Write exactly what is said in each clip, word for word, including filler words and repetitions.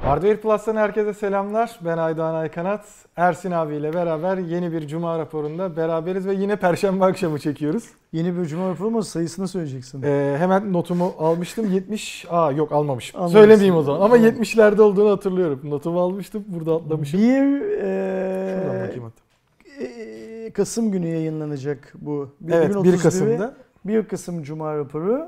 Hardware Plus'tan herkese selamlar. Ben Aydoğan Aykanat. Ersin abiyle beraber yeni bir Cuma raporunda beraberiz ve yine Perşembe akşamı çekiyoruz. Yeni bir Cuma raporu mu? Sayısını söyleyeceksin. Ee, hemen notumu almıştım. yetmiş. Aa yok almamışım. Almamışsın. Söylemeyeyim o zaman. Ama yetmişlerde olduğunu hatırlıyorum. Notumu almıştım. Burada atlamışım. Bir e, Şuradan bakayım hatta. e, Kasım günü yayınlanacak bu. Evet, bir Kasım'da. bir Kasım Cuma raporu.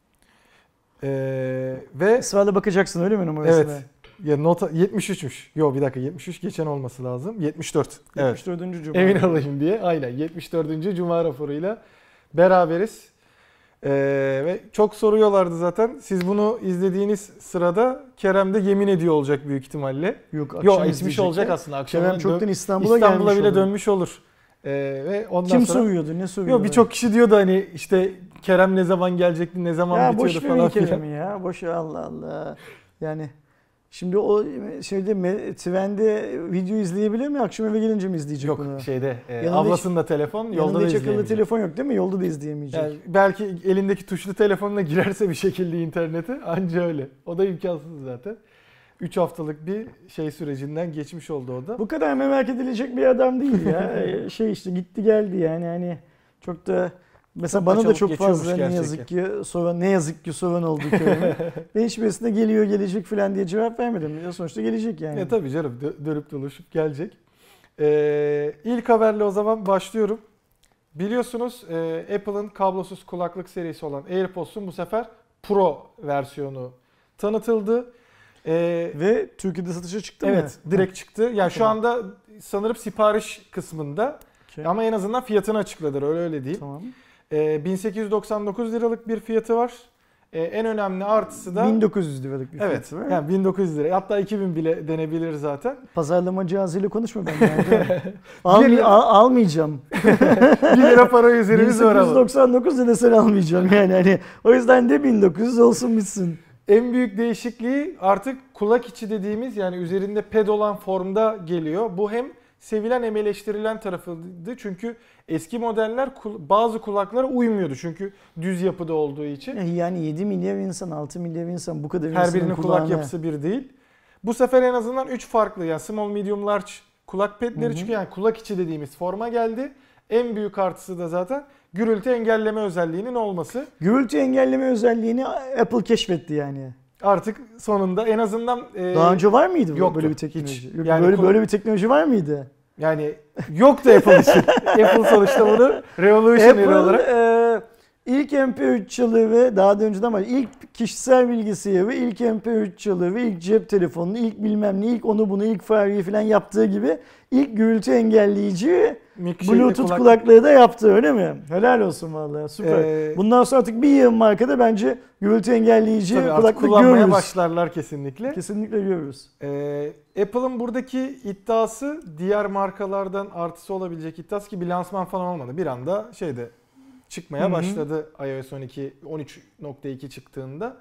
Ee, ve Israrla bakacaksın öyle mi numarasına? Evet. Ya nota yetmiş üçmüş. Yok bir dakika yetmiş üç geçen olması lazım. yetmiş dört. Evet. yetmiş dördüncü Cuma. Emin olayım diye. Aynen yetmiş dördüncü Cuma raporuyla beraberiz. Ee, ve çok soruyorlardı zaten. Siz bunu izlediğiniz sırada Kerem de yemin ediyor olacak büyük ihtimalle. Yok, akşam Yok etmiş olacak aslında. Akşam Kerem çoktan İstanbul'a, İstanbul'a gelmiş bile olur. dönmüş olur. Ee, ve ondan Kim sonra... soruyordu? Ne soruyordu? Yok birçok kişi diyordu hani işte Kerem ne zaman gelecekti, ne zaman ya bitiyordu boş falan verin filan. Kerem'i ya. Boş ver, Allah Allah. Yani şimdi o şeyde Twen'de video izleyebilir mi? Akşam eve gelince mi izleyecek yok, bunu? Yok şeyde e, Yanında ablasında hiç, telefon, yolda da izleyemeyecek. Yanında hiç akıllı telefon yok değil mi? Yolda da izleyemeyecek. Yani belki elindeki tuşlu telefonla girerse bir şekilde internete anca öyle. O da imkansız zaten. üç haftalık bir şey sürecinden geçmiş oldu o da. Bu kadar merak edilecek bir adam değil ya. şey işte gitti geldi yani hani çok da mesela çok bana da da çok fazla gerçekten. ne yazık ki soran ne yazık ki soran oldu Kerem'e. Ben hiçbirisine geliyor gelecek falan diye cevap vermedim. Ya sonuçta gelecek yani. Ya tabii canım dönüp dolaşıp gelecek. Ee, ilk haberle o zaman başlıyorum. Biliyorsunuz e, Apple'ın kablosuz kulaklık serisi olan AirPods'un bu sefer Pro versiyonu tanıtıldı. Ee, Ve Türkiye'de satışa çıktı evet, mı? Evet direkt çıktı. Yani şu anda sanırım sipariş kısmında okay. Ama en azından fiyatını açıkladılar öyle öyle değil. Tamam. Ee, bin sekiz yüz doksan dokuz liralık bir fiyatı var. Ee, en önemli artısı da bin dokuz yüz liralık bir fiyatı evet, var. Evet yani bin dokuz yüz lira hatta iki bin bile denebilir zaten. Pazarlama cihazıyla konuşma benden. Almay al, almayacağım. bir lira para üzerimiz var ama. bin sekiz yüz doksan dokuz lira sen almayacağım yani hani o yüzden de bin dokuz yüz olsun bitsin. En büyük değişikliği artık kulak içi dediğimiz yani üzerinde ped olan formda geliyor. Bu hem sevilen hem eleştirilen tarafıydı. Çünkü eski modeller bazı kulaklara uymuyordu. Çünkü düz yapıda olduğu için. Yani yedi milyar insan, altı milyar insan bu kadar insanın Her birinin kulağına... kulak yapısı bir değil. Bu sefer en azından üç farklı yani small, medium, large kulak pedleri Hı-hı. çıkıyor. Yani kulak içi dediğimiz forma geldi. En büyük artısı da zaten gürültü engelleme özelliğinin olması. Gürültü engelleme özelliğini Apple keşfetti yani. Artık sonunda en azından e, daha önce var mıydı yoktu, böyle bir teknoloji? Hiç. Yani böyle böyle bir teknoloji var mıydı? Yani yoktu Apple için. Apple sonuçta bunu revolutionary olarak e, ilk M P üç çaları daha da önceden var. İlk kişisel bilgisayarı, ilk M P üç çaları, ilk cep telefonunu, ilk bilmem ne, ilk onu bunu, ilk fareyi falan yaptığı gibi ilk gürültü engelleyici Bluetooth kulak... kulaklığı da yaptı öyle mi? Helal olsun vallahi süper. Ee, Bundan sonra artık bir yığın markada bence gürültü engelleyici kulaklık kullanmaya görürüz. başlarlar kesinlikle. Kesinlikle görürüz. Ee, Apple'ın buradaki iddiası diğer markalardan artısı olabilecek iddiası ki bir lansman falan olmadı. Bir anda şeyde çıkmaya Hı-hı. başladı iOS on iki on üç nokta iki çıktığında.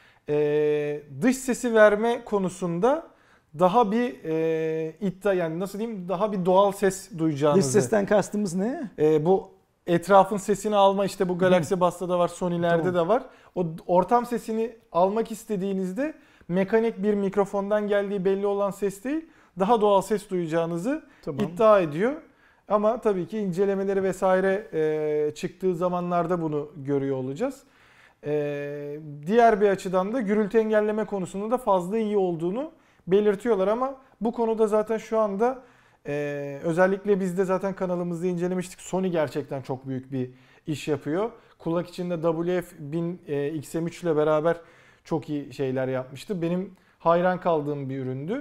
Ee, dış sesi verme konusunda daha bir e, iddia yani nasıl diyeyim daha bir doğal ses duyacağınızı. Dış sesten kastımız ne? E, bu etrafın sesini alma işte bu Galaxy Buds'ta da var, Sony'lerde tamam. de var. O ortam sesini almak istediğinizde mekanik bir mikrofondan geldiği belli olan ses değil, daha doğal ses duyacağınızı tamam. iddia ediyor. Ama tabii ki incelemeleri vesaire e, çıktığı zamanlarda bunu görüyor olacağız. E, diğer bir açıdan da gürültü engelleme konusunda da fazla iyi olduğunu belirtiyorlar ama bu konuda zaten şu anda e, özellikle biz de zaten kanalımızda incelemiştik. Sony gerçekten çok büyük bir iş yapıyor. Kulak içinde W F bin e, X M üç ile beraber çok iyi şeyler yapmıştı. Benim hayran kaldığım bir üründü.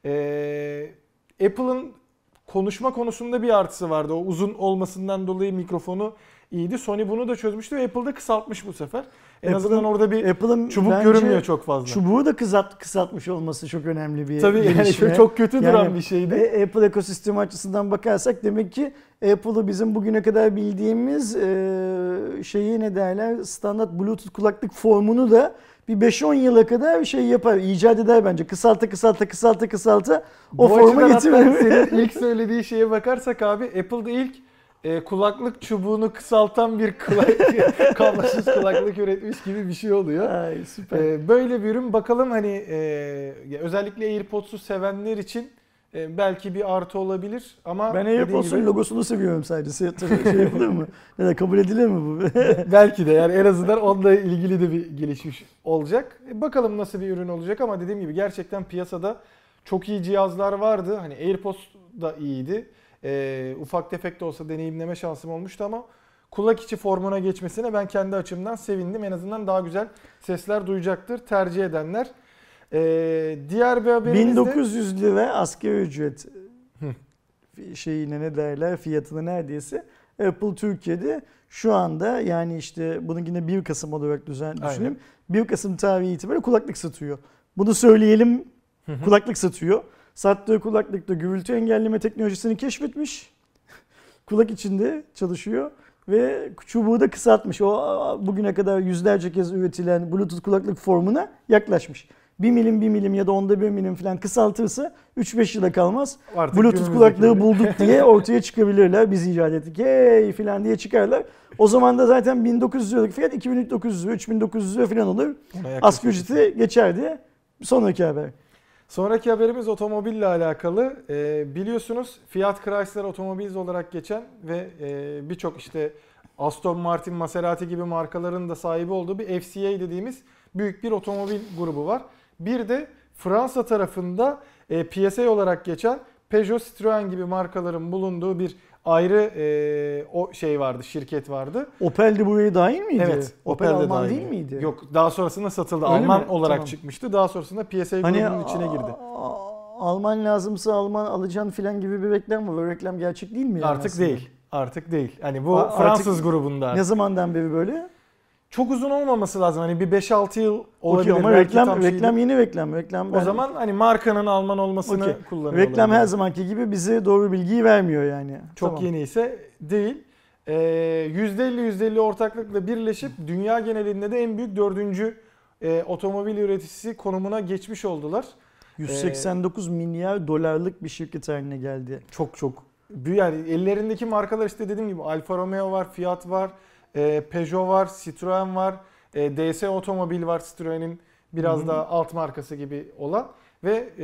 E, Apple'ın konuşma konusunda bir artısı vardı. O uzun olmasından dolayı mikrofonu iyiydi. Sony bunu da çözmüştü ve Apple'da kısaltmış bu sefer. En azından orada bir Apple'ın çubuk görünmüyor çok fazla. Çubuğu da kısalt, kısaltmış olması çok önemli bir Tabii gelişme. yani çok kötü duran yani bir şeydi. Apple ekosistemi açısından bakarsak demek ki Apple'ı bizim bugüne kadar bildiğimiz e, şeyi ne derler standart Bluetooth kulaklık formunu da bir beş on yıla kadar şey yapar, icat eder bence. Kısalta kısalta kısalta kısalta o bu forma getirir. Senin ilk söylediği şeye bakarsak abi Apple'da ilk e, kulaklık çubuğunu kısaltan bir kulak, kablosuz kulaklık üretmiş gibi bir şey oluyor. Ay, süper. E, böyle bir ürün bakalım hani e, özellikle AirPods'u sevenler için e, belki bir artı olabilir ama Ben dediğim AirPods'un gibi- logosunu seviyorum sadece. Şey yapılır mı? Ya da kabul edilir mi bu? belki de yani en azından onunla ilgili de bir gelişmiş olacak. E, bakalım nasıl bir ürün olacak ama dediğim gibi gerçekten piyasada çok iyi cihazlar vardı. Hani AirPods da iyiydi. E, ufak tefek de olsa deneyimleme şansım olmuştu ama kulak içi formuna geçmesine ben kendi açımdan sevindim. En azından daha güzel sesler duyacaktır tercih edenler. E, diğer bir haberimiz bin de... dokuz yüz lira asgari ücret şeyine ne derler fiyatına neredeyse Apple Türkiye'de şu anda yani işte bunu yine bir Kasım olarak düzen düşünelim. bir Kasım tarihi itibariyle kulaklık satıyor. Bunu söyleyelim, kulaklık satıyor. Sattığı kulaklıkta gürültü engelleme teknolojisini keşfetmiş. Kulak içinde çalışıyor ve çubuğu da kısaltmış. O bugüne kadar yüzlerce kez üretilen Bluetooth kulaklık formuna yaklaşmış. bir milim bir milim ya da onda bir milim falan kısaltırsa üç beş yıla kalmaz. Artık Bluetooth kulaklığı bulduk diye ortaya çıkabilirler. Biz icat ettik hey falan diye çıkarlar. O zaman da zaten bin dokuz yüz liralık fiyat iki bin dokuz yüz lira, üç bin dokuz yüz lira falan olur. Asgari ücreti geçerdi. Sonraki haber. Sonraki haberimiz otomobille alakalı. Ee, biliyorsunuz Fiat Chrysler Automobiles olarak geçen ve e, birçok işte Aston Martin, Maserati gibi markaların da sahibi olduğu bir F C A dediğimiz büyük bir otomobil grubu var. Bir de Fransa tarafında e, P S A olarak geçen Peugeot, Citroën gibi markaların bulunduğu bir ayrı e, o şey vardı, şirket vardı. Opel de buraya dahil miydi? Evet. Opel, Opel de Alman dahil. değil miydi? Yok, daha sonrasında satıldı. Öyle Alman mi? olarak Tamam. çıkmıştı. Daha sonrasında P S A Hani grubunun içine girdi. a- Alman lazımsa Alman alacaksın filan gibi bir reklam var. O reklam gerçek değil mi? Yani Artık aslında? değil. Artık değil. Hani bu A- Fransız artık grubunda. Ne zamandan beri böyle? Çok uzun olmaması lazım. Hani bir beş altı yıl olabilir. Okey, ama Belki reklam tam reklam şeydi. yeni reklam. Reklam O ben- zaman hani markanın Alman olmasını Okey. kullanıyor. reklam olabilir. her zamanki gibi bize doğru bilgiyi vermiyor yani. Çok Tamam. yeni ise değil. Ee, yüzde elli yüzde elli ortaklıkla birleşip dünya genelinde de en büyük dördüncü e, otomobil üreticisi konumuna geçmiş oldular. yüz seksen dokuz milyar dolarlık bir şirket haline geldi. Çok çok. büyük. Yani ellerindeki markalar işte dediğim gibi Alfa Romeo var, Fiat var, e, Peugeot var, Citroen var, e, D S Otomobil var, Citroen'in biraz Hı hı. daha alt markası gibi olan ve e,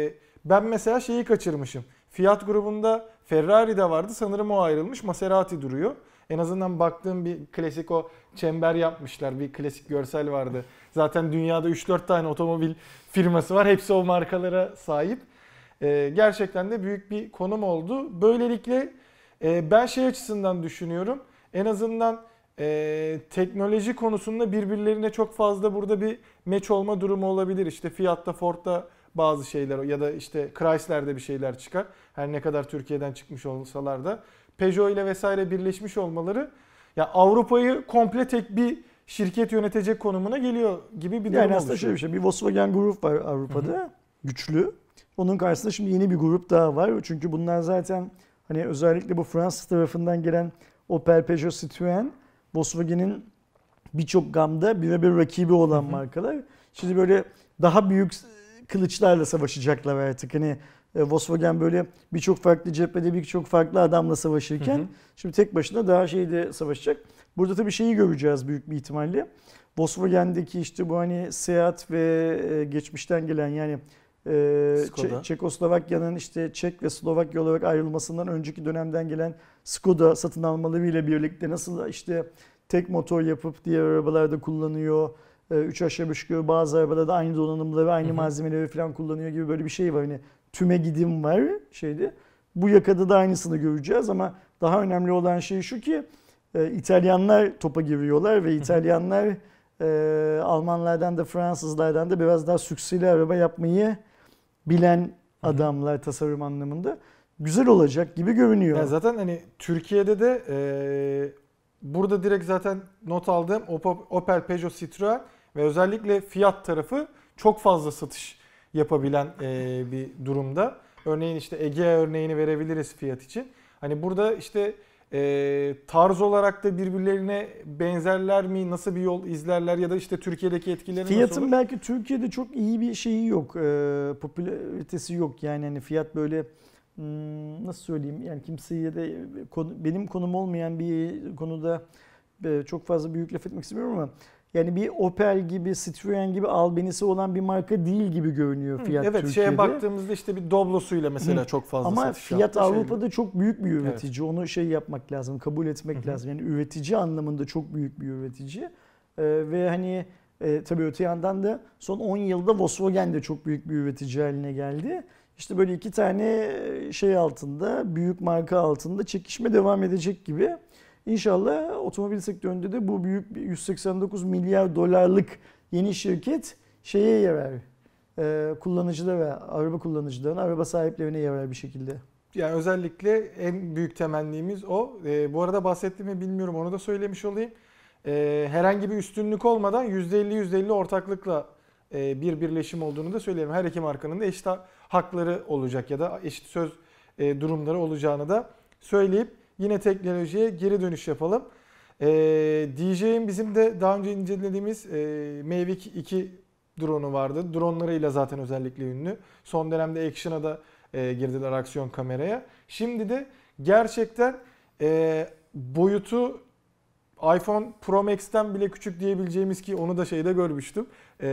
ben mesela şeyi kaçırmışım. Fiat grubunda Ferrari de vardı. Sanırım o ayrılmış. Maserati duruyor. En azından baktığım bir klasik o çember yapmışlar. Bir klasik görsel vardı. Zaten dünyada üç dört tane otomobil firması var. Hepsi o markalara sahip. Ee, gerçekten de büyük bir konum oldu. Böylelikle e, ben şey açısından düşünüyorum. En azından e, teknoloji konusunda birbirlerine çok fazla burada bir meç olma durumu olabilir. İşte Fiat'ta, Ford'da bazı şeyler ya da işte Chrysler'de bir şeyler çıkar. Her ne kadar Türkiye'den çıkmış olsalar da Peugeot ile vesaire birleşmiş olmaları ya Avrupa'yı komple tek bir şirket yönetecek konumuna geliyor gibi bir durum Yani aslında oluşuyor. şöyle bir şey. Bir Volkswagen Group var Avrupa'da. Hı hı. Güçlü. Onun karşısında şimdi yeni bir grup daha var. Çünkü bunlar zaten hani özellikle bu Fransız tarafından gelen Opel, Peugeot, Citroën, Volkswagen'in birçok gamda birebir rakibi olan hı hı. markalar. Şimdi böyle daha büyük kılıçlarla savaşacaklar artık. Hani Volkswagen böyle birçok farklı cephede birçok farklı adamla savaşırken hı hı. şimdi tek başına daha şeyde savaşacak. Burada tabii şeyi göreceğiz büyük bir ihtimalle. Volkswagen'deki işte bu hani Seat ve geçmişten gelen yani Ç- Çekoslovakya'nın işte Çek ve Slovakya olarak ayrılmasından önceki dönemden gelen Skoda satın almalarıyla birlikte nasıl işte tek motor yapıp diğer arabalarda kullanıyor. Üç aşağı beş yukarı bazı arabalarda aynı donanımları, aynı hı hı. malzemeleri falan kullanıyor gibi böyle bir şey var. Hani tüme gidim var şeyde. Bu yakada da aynısını göreceğiz ama daha önemli olan şey şu ki e, İtalyanlar topa giriyorlar ve İtalyanlar e, Almanlardan da Fransızlardan da biraz daha sükseli araba yapmayı bilen adamlar hı hı. tasarım anlamında. Güzel olacak gibi görünüyor. Ya zaten hani Türkiye'de de e, burada direkt zaten not aldığım Opel, Peugeot, Citroen ve özellikle Fiat tarafı çok fazla satış yapabilen e, bir durumda. Örneğin işte Egea örneğini verebiliriz Fiat için. Hani burada işte e, tarz olarak da birbirlerine benzerler mi, nasıl bir yol izlerler ya da işte Türkiye'deki etkileri nasıl olur? Fiat'ın belki Türkiye'de çok iyi bir şeyi yok, e, popülaritesi yok. Yani hani Fiat böyle hmm, nasıl söyleyeyim, yani kimseye de konu, benim konum olmayan bir konuda e, çok fazla büyük laf etmek istemiyorum ama yani bir Opel gibi, Citroen gibi albenisi olan bir marka değil gibi görünüyor Fiat evet, Türkiye'de. şeye baktığımızda işte bir Doblosuyla mesela Hı. çok fazla ama satış Fiat yaptı. Avrupa'da Şeyle. çok büyük bir üretici. Evet. Onu şey yapmak lazım, kabul etmek Hı-hı. lazım. Yani üretici anlamında çok büyük bir üretici. Ee, ve hani e, tabii öte yandan da son on yılda Volkswagen de çok büyük bir üretici haline geldi. İşte böyle iki tane şey altında, büyük marka altında çekişme devam edecek gibi. İnşallah otomobil sektöründe de bu büyük yüz seksen dokuz milyar dolarlık yeni şirket şeye yarar. Ee, kullanıcılara, araba kullanıcılarına, araba sahiplerine yarar bir şekilde. Yani özellikle en büyük temennimiz o. Ee, bu arada bahsettim mi bilmiyorum, onu da söylemiş olayım. Ee, herhangi bir üstünlük olmadan yüzde elli yüzde elli ortaklıkla e, bir birleşim olduğunu da söyleyelim. Her iki markanın da eşit hakları olacak ya da eşit söz e, durumları olacağını da söyleyip yine teknolojiye geri dönüş yapalım. Ee, D J I'nin bizim de daha önce incelediğimiz e, Mavic iki drone'u vardı. Drone'larıyla zaten özellikle ünlü. Son dönemde Action'a da e, girdiler, aksiyon kameraya. Şimdi de gerçekten e, boyutu iPhone Pro Max'ten bile küçük diyebileceğimiz, ki onu da şeyde görmüştüm.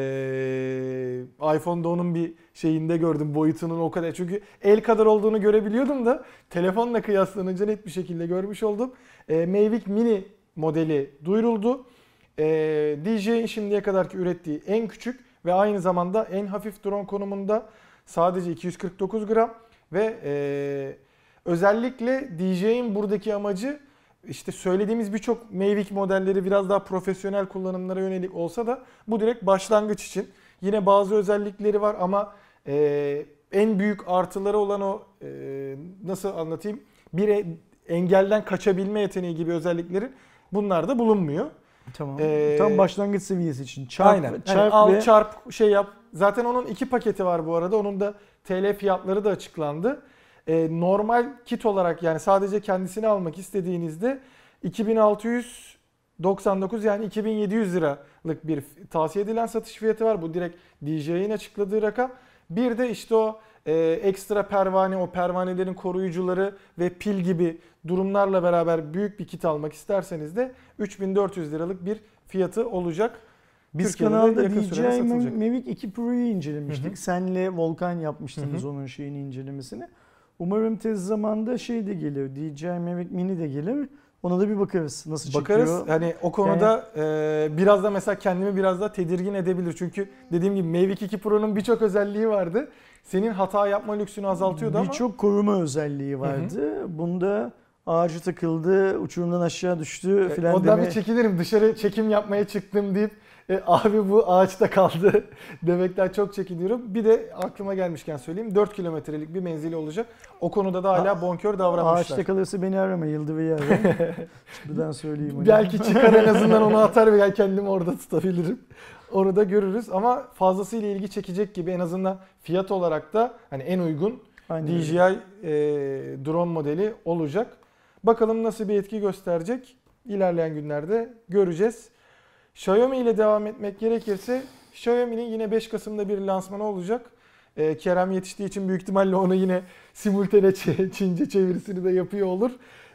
Ee, iPhone'da onun bir şeyinde gördüm, boyutunun o kadar. Çünkü el kadar olduğunu görebiliyordum da telefonla kıyaslanınca net bir şekilde görmüş oldum. Ee, Mavic Mini modeli duyuruldu. Ee, D J I'nin şimdiye kadarki ürettiği en küçük ve aynı zamanda en hafif drone konumunda, sadece iki yüz kırk dokuz gram ve e, özellikle D J I'nin buradaki amacı, İşte söylediğimiz birçok Mavic modelleri biraz daha profesyonel kullanımlara yönelik olsa da bu direkt başlangıç için. Yine bazı özellikleri var ama e, en büyük artıları olan o e, nasıl anlatayım, bir engelden kaçabilme yeteneği gibi özelliklerin bunlar da bulunmuyor. Tamam. Ee, Tam başlangıç seviyesi için. Çarp, aynen. Çarp yani al ve... çarp şey yap. Zaten onun iki paketi var bu arada. Onun da T L fiyatları da açıklandı. Normal kit olarak, yani sadece kendisini almak istediğinizde iki bin altı yüz doksan dokuz yani iki bin yedi yüz liralık bir tavsiye edilen satış fiyatı var. Bu direkt D J I'nin açıkladığı rakam. Bir de işte o e, ekstra pervane, o pervanelerin koruyucuları ve pil gibi durumlarla beraber büyük bir kit almak isterseniz de üç bin dört yüz liralık bir fiyatı olacak. Biz Türkiye'de kanalda D J I Mavic iki Pro'yu incelemiştik. Hı hı. Senle Volkan yapmıştınız hı hı. onun şeyini, incelemesini. Umarım tez zamanda şey de gelir, D J I Mavic Mini de gelir. Ona da bir bakarız. Nasıl bakarız. çekiyor? Bakarız. Hani o konuda yani... e, biraz da mesela kendimi biraz da tedirgin edebilir. Çünkü dediğim gibi Mavic iki Pro'nun birçok özelliği vardı. Senin hata yapma lüksünü azaltıyordu bir ama. Birçok koruma özelliği vardı. Hı hı. Bunda ağacı takıldı, uçurumdan aşağı düştü filan Ondan deme... bir çekinirim. Dışarı çekim yapmaya çıktım deyip E, abi bu ağaçta kaldı demekten çok çekiniyorum. Bir de aklıma gelmişken söyleyeyim, dört kilometrelik bir menzili olacak. O konuda da hala bonkör davranmışlar. Ağaçta kalırsa beni arama, Yıldırı'yı arama. Buradan söyleyeyim. Onu. Belki çıkar, en azından onu atar veya kendimi orada tutabilirim. Onu da görürüz ama fazlasıyla ilgi çekecek gibi, en azından fiyat olarak da hani en uygun aynen D J I e, drone modeli olacak. Bakalım nasıl bir etki gösterecek, ilerleyen günlerde göreceğiz. Xiaomi ile devam etmek gerekirse, Xiaomi'nin yine beş Kasım'da bir lansmanı olacak. Ee, Kerem yetiştiği için büyük ihtimalle onu yine simultane Çince çevirisini de yapıyor olur.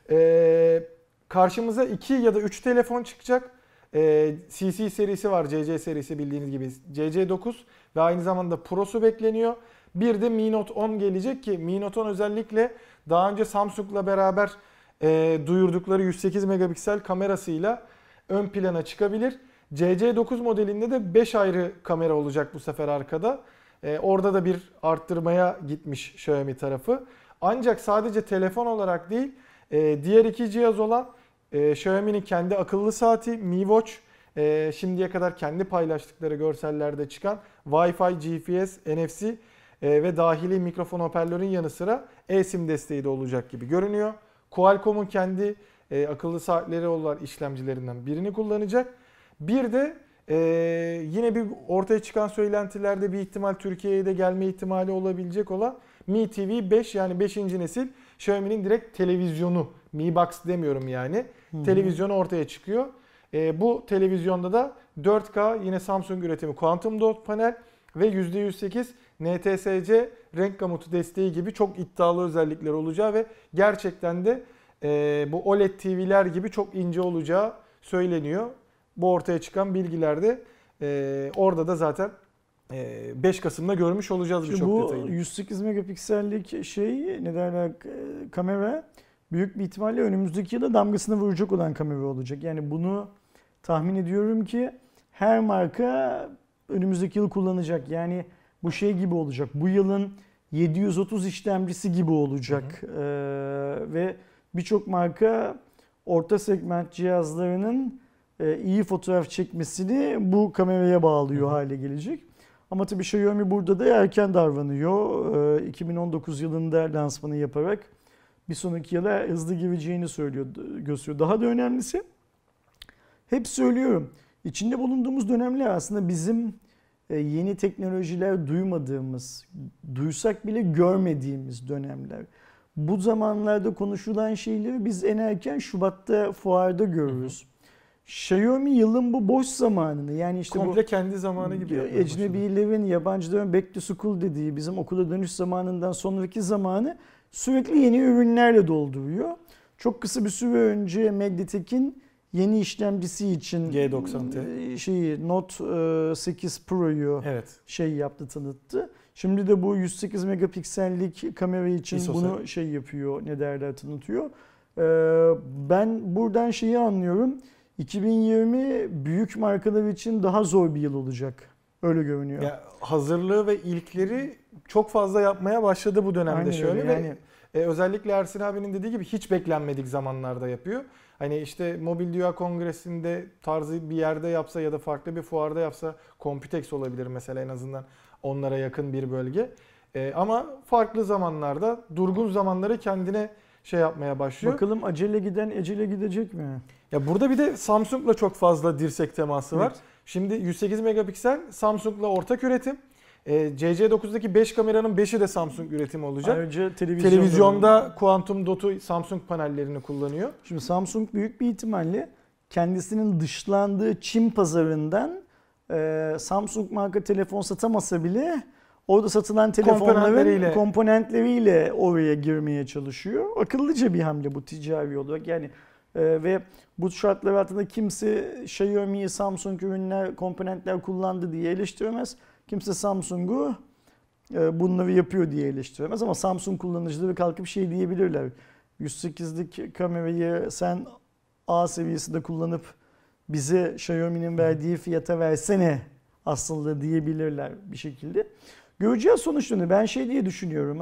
Ee, karşımıza iki ya da üç telefon çıkacak. Ee, C C serisi var, C C serisi bildiğiniz gibi. C C dokuz ve aynı zamanda Pro'su bekleniyor. Bir de Mi Note on gelecek ki Mi Note on özellikle daha önce Samsung'la beraber e, duyurdukları yüz sekiz megapiksel kamerasıyla ön plana çıkabilir. C C dokuz modelinde de beş ayrı kamera olacak bu sefer arkada. Ee, orada da bir arttırmaya gitmiş Xiaomi tarafı. Ancak sadece telefon olarak değil, e, diğer iki cihaz olan e, Xiaomi'nin kendi akıllı saati Mi Watch, e, şimdiye kadar kendi paylaştıkları görsellerde çıkan Wi-Fi, G P S, N F C e, ve dahili mikrofon hoparlörün yanı sıra eSIM desteği de olacak gibi görünüyor. Qualcomm'un kendi e, akıllı saatleri olan işlemcilerinden birini kullanacak. Bir de e, yine bir ortaya çıkan söylentilerde bir ihtimal Türkiye'ye de gelme ihtimali olabilecek olan Mi T V beş, yani beşinci nesil Xiaomi'nin direkt televizyonu, Mi Box demiyorum yani. Hı-hı. Televizyonu ortaya çıkıyor. E, bu televizyonda da dört K yine Samsung üretimi Quantum Dot panel, ve yüzde yüz sekiz N T S C renk gamutu desteği gibi çok iddialı özellikler olacağı ve gerçekten de e, bu O L E D T V'ler gibi çok ince olacağı söyleniyor. Bu ortaya çıkan bilgilerde e, orada da zaten beş Kasım'da görmüş olacağız birçok detayını. Bu yüz sekiz megapiksellik şey ne derler kamera büyük bir ihtimalle önümüzdeki yılda damgasını vuracak olan kamera olacak. Yani bunu tahmin ediyorum ki her marka önümüzdeki yıl kullanacak. Yani bu şey gibi olacak. Bu yılın yedi yüz otuz işlemcisi gibi olacak. Hı hı. Ee, ve birçok marka orta segment cihazlarının e, iyi fotoğraf çekmesini bu kameraya bağlıyor, hı hı, hale gelecek. Ama tabii Xiaomi burada da erken davranıyor. Ee, iki bin on dokuz yılında lansmanı yaparak bir sonraki yıla hızlı gireceğini söylüyor, gösteriyor. Daha da önemlisi, hep söylüyorum, içinde bulunduğumuz dönemler aslında bizim yeni teknolojiler duymadığımız, duysak bile görmediğimiz dönemler. Bu zamanlarda konuşulan şeyleri biz en erken Şubat'ta fuarda görürüz. Hı hı. Xiaomi yılın bu boş zamanını, yani işte komple bu kendi zamanı gibi ecnebilerin, yabancıların back to school dediği bizim okula dönüş zamanından sonraki zamanı sürekli yeni ürünlerle dolduruyor. Çok kısa bir süre önce Mediatek'in yeni işlemcisi için G doksan T şeyi Note sekiz Pro'yu evet. şey yaptı, tanıttı. Şimdi de bu yüz sekiz megapiksellik kamera için İSOS'a bunu şey yapıyor, ne derler, tanıtıyor. Ben buradan şeyi anlıyorum. iki bin yirmi büyük markalar için daha zor bir yıl olacak. Öyle görünüyor. Ya, hazırlığı ve ilkleri çok fazla yapmaya başladı bu dönemde. Aynen şöyle yani. Ve e, özellikle Ersin abinin dediği gibi hiç beklenmedik zamanlarda yapıyor. Hani işte Mobil Dünya Kongresi'nde tarzı bir yerde yapsa ya da farklı bir fuarda yapsa, Computex olabilir mesela, en azından onlara yakın bir bölge. E, ama farklı zamanlarda, durgun zamanları kendine şey yapmaya başlıyor. Bakalım acele giden ecele gidecek mi? Ya burada bir de Samsung'la çok fazla dirsek teması var. Evet. Şimdi yüz sekiz megapiksel Samsung'la ortak üretim. E, C C dokuzdaki beş kameranın beşi de Samsung üretimi olacak. Ayrıca televizyonda, televizyonda Quantum Dot'u Samsung panellerini kullanıyor. Şimdi Samsung büyük bir ihtimalle kendisinin dışlandığı Çin pazarından e, Samsung marka telefon satamasa bile orada satılan telefonların komponentleriyle. komponentleriyle oraya girmeye çalışıyor. Akıllıca bir hamle bu ticari olarak. Yani e, ve bu şartlar altında kimse Xiaomi'yi Samsung ürünler, komponentler kullandı diye eleştiremez. Kimse Samsung'u e, bunları yapıyor diye eleştiremez. Ama Samsung kullanıcıları kalkıp şey diyebilirler. yüz sekizlik kamerayı sen A seviyesinde kullanıp bize Xiaomi'nin verdiği fiyata versene aslında diyebilirler bir şekilde. Göreceğiz sonuçlarını. Ben şey diye düşünüyorum.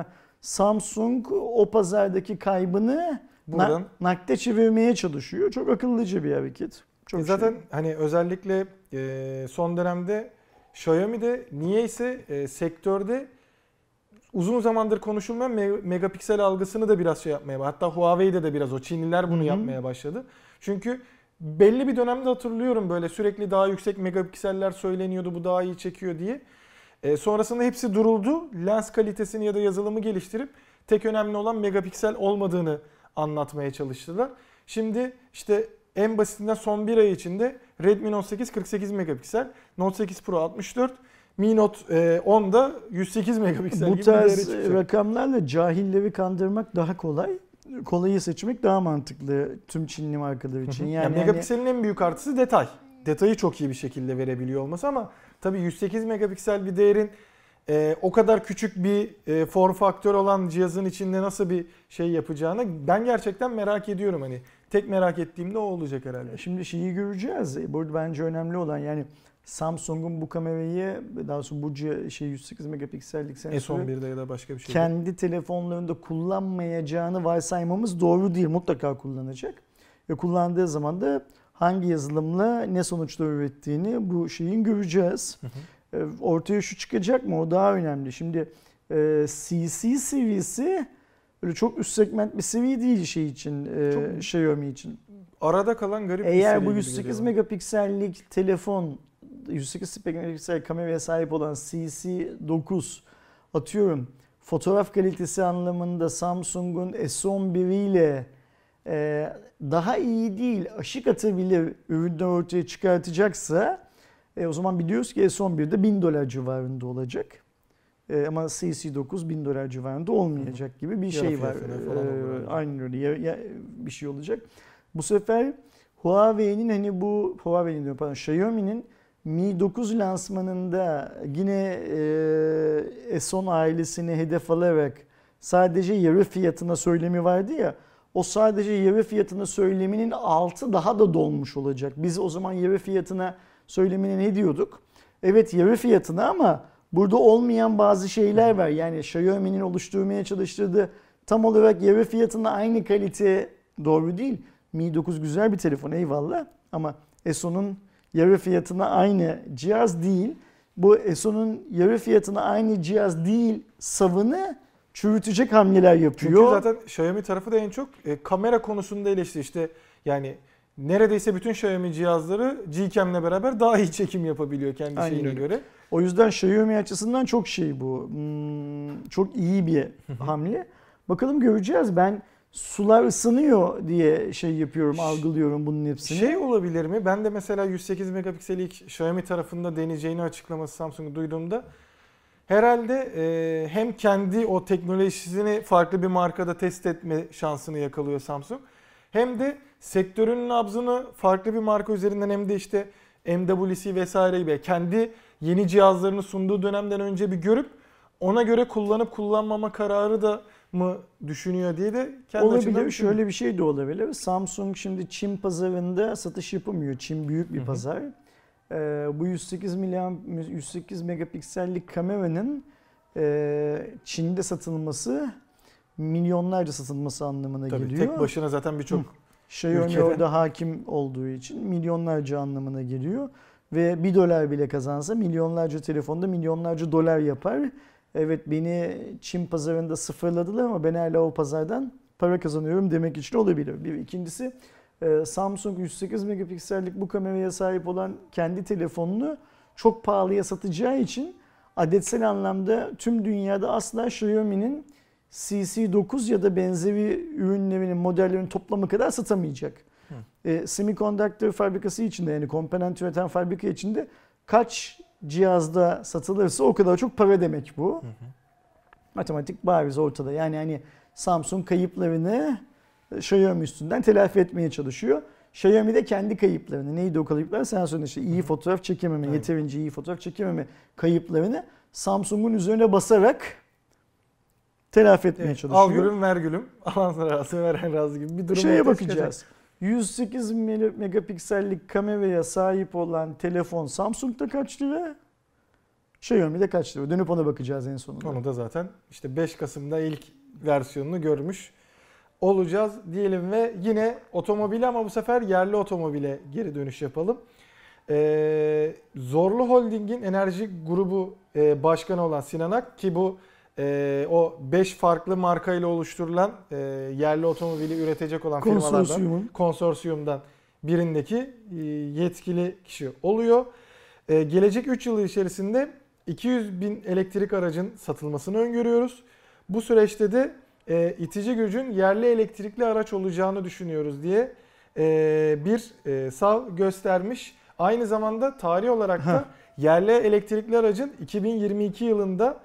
Samsung o pazardaki kaybını buradan na- nakde çevirmeye çalışıyor. Çok akıllıca bir hareket. Çok e zaten şey. Hani özellikle e, son dönemde Xiaomi'de niyeyse e, sektörde uzun zamandır konuşulmayan me- megapiksel algısını da biraz şey yapmaya başladı. Hatta Huawei'de de biraz o Çinliler bunu Hı-hı. yapmaya başladı. Çünkü belli bir dönemde hatırlıyorum böyle sürekli daha yüksek megapikseller söyleniyordu, bu daha iyi çekiyor diye. E, sonrasında hepsi duruldu. Lens kalitesini ya da yazılımı geliştirip tek önemli olan megapiksel olmadığını anlatmaya çalıştılar. Şimdi işte en basitinden son bir ay içinde Redmi Note sekiz kırk sekiz megapiksel, Note sekiz Pro altmış dört, Mi Note on da yüz sekiz megapiksel Bu gibi bir değere tarz çıkacak. rakamlarla cahilleri kandırmak daha kolay. Kolayı seçmek daha mantıklı tüm Çinli markalar için. Yani, yani megapikselin en büyük artısı detay. Detayı çok iyi bir şekilde verebiliyor olması ama tabii yüz sekiz megapiksel bir değerin e, o kadar küçük bir e, form faktör olan cihazın içinde nasıl bir şey yapacağını ben gerçekten merak ediyorum. Hani tek merak ettiğim de o olacak herhalde. Şimdi şeyi göreceğiz. Burada bence önemli olan, yani Samsung'un bu kamerayı, daha sonra bu şey yüz sekiz megapiksellik sensörü S on birde ya da başka bir şey kendi değil. telefonlarında kullanmayacağını varsaymamız doğru değil. Mutlaka kullanacak. Ve kullandığı zaman da hangi yazılımla ne sonuçlar ürettiğini bu şeyin göreceğiz. Hı hı. Ortaya şu çıkacak mı? O daha önemli. Şimdi C C seviyesi öyle çok üst segment bir seviye değil şey için, çok Xiaomi için. Arada kalan garip bir seviye. Eğer bu yüz sekiz megapiksellik telefon, yüz sekiz megapiksel kameraya sahip olan C C dokuz, atıyorum fotoğraf kalitesi anlamında Samsung'un S on bir ile daha iyi değil, aşık atabilir ürünler ortaya çıkartacaksa E, o zaman biliyoruz ki S on bir'de bin dolar civarında olacak. E, ama C C dokuz bin dolar civarında olmayacak gibi bir şey var. E, aynen öyle ya, ya, bir şey olacak. Bu sefer Huawei'nin hani bu Huawei'nin diyorum pardon Xiaomi'nin Mi dokuz lansmanında yine e, S on ailesini hedef alarak sadece yarı fiyatına söylemi vardı ya. O sadece yarı fiyatına söyleminin altı daha da dolmuş olacak. Biz o zaman yarı fiyatına söylemine ne diyorduk? Evet yarı fiyatına ama burada olmayan bazı şeyler var. Yani Xiaomi'nin oluşturmaya çalıştırdığı tam olarak yarı fiyatına aynı kalite doğru değil. Mi dokuz güzel bir telefon eyvallah ama S on'un yarı fiyatına aynı cihaz değil. Bu S on'un yarı fiyatına aynı cihaz değil savını çürütecek hamleler yapıyor. Çünkü zaten Xiaomi tarafı da en çok e, kamera konusunda eleştiri. İşte yani neredeyse bütün Xiaomi cihazları Gcam'le beraber daha iyi çekim yapabiliyor kendi Aynen şeyine öyle. göre. O yüzden Xiaomi açısından çok şey bu. Hmm, çok iyi bir hamle. Bakalım göreceğiz. Ben sular ısınıyor diye şey yapıyorum, algılıyorum bunun hepsini. Şey olabilir mi? Ben de mesela yüz sekiz megapiksellik Xiaomi tarafında deneyeceğini açıklaması Samsung'u duyduğumda herhalde e, hem kendi o teknolojisini farklı bir markada test etme şansını yakalıyor Samsung. Hem de sektörün nabzını farklı bir marka üzerinden hem de işte M W C vesaire gibi kendi yeni cihazlarını sunduğu dönemden önce bir görüp ona göre kullanıp kullanmama kararı da mı düşünüyor diye de kendi olabilir. Şöyle bir şey de olabilir. Samsung şimdi Çin pazarında satış yapamıyor. Çin büyük bir Hı-hı. pazar. Ee, bu yüz sekiz miliamp yüz sekiz megapiksellik kameranın e, Çin'de satılması milyonlarca satılması anlamına Tabii, geliyor. Tek başına zaten birçok Xiaomi ülkede orada hakim olduğu için milyonlarca anlamına geliyor. Ve bir dolar bile kazansa milyonlarca telefonda milyonlarca dolar yapar. Evet beni Çin pazarında sıfırladılar ama ben hala o pazardan para kazanıyorum demek için olabilir. Bir ikincisi Samsung yüz sekiz megapiksellik bu kameraya sahip olan kendi telefonunu çok pahalıya satacağı için adetsel anlamda tüm dünyada asla Xiaomi'nin C C dokuz ya da benzeri ürünlerinin modellerinin toplamı kadar satamayacak. E, semikondaktör fabrikası içinde yani komponent üreten fabrika içinde kaç cihazda satılırsa o kadar çok para demek bu. Hı hı. Matematik bariz ortada. Yani hani Samsung kayıplarını Xiaomi üstünden telafi etmeye çalışıyor. Xiaomi de kendi kayıplarını, neydi o kayıplar? Sen söyle işte iyi fotoğraf çekememe, evet. yeterince iyi fotoğraf çekememe kayıplarını Samsung'un üzerine basarak telafi etmeye evet, çalışıyor. Al gülüm ver gülüm, alan razı veren razı gibi bir durum. Şeye bakacağız. Çıkacak. yüz sekiz megapiksellik kameraya sahip olan telefon Samsung'da kaç lira? Xiaomi'de kaç lira? Dönüp ona bakacağız en sonunda. Onu da zaten işte beş Kasım'da ilk versiyonunu görmüş olacağız diyelim ve yine otomobile ama bu sefer yerli otomobile geri dönüş yapalım. Ee, Zorlu Holding'in enerji grubu e, başkanı olan Sinan Ak ki bu e, o beş farklı markayla oluşturulan e, yerli otomobili üretecek olan firmalardan, konsorsiyumdan birindeki e, yetkili kişi oluyor. E, gelecek üç yıl içerisinde iki yüz bin elektrik aracın satılmasını öngörüyoruz. Bu süreçte de e, itici gücün yerli elektrikli araç olacağını düşünüyoruz diye e, bir e, sav göstermiş. Aynı zamanda tarih olarak da yerli elektrikli aracın iki bin yirmi iki yılında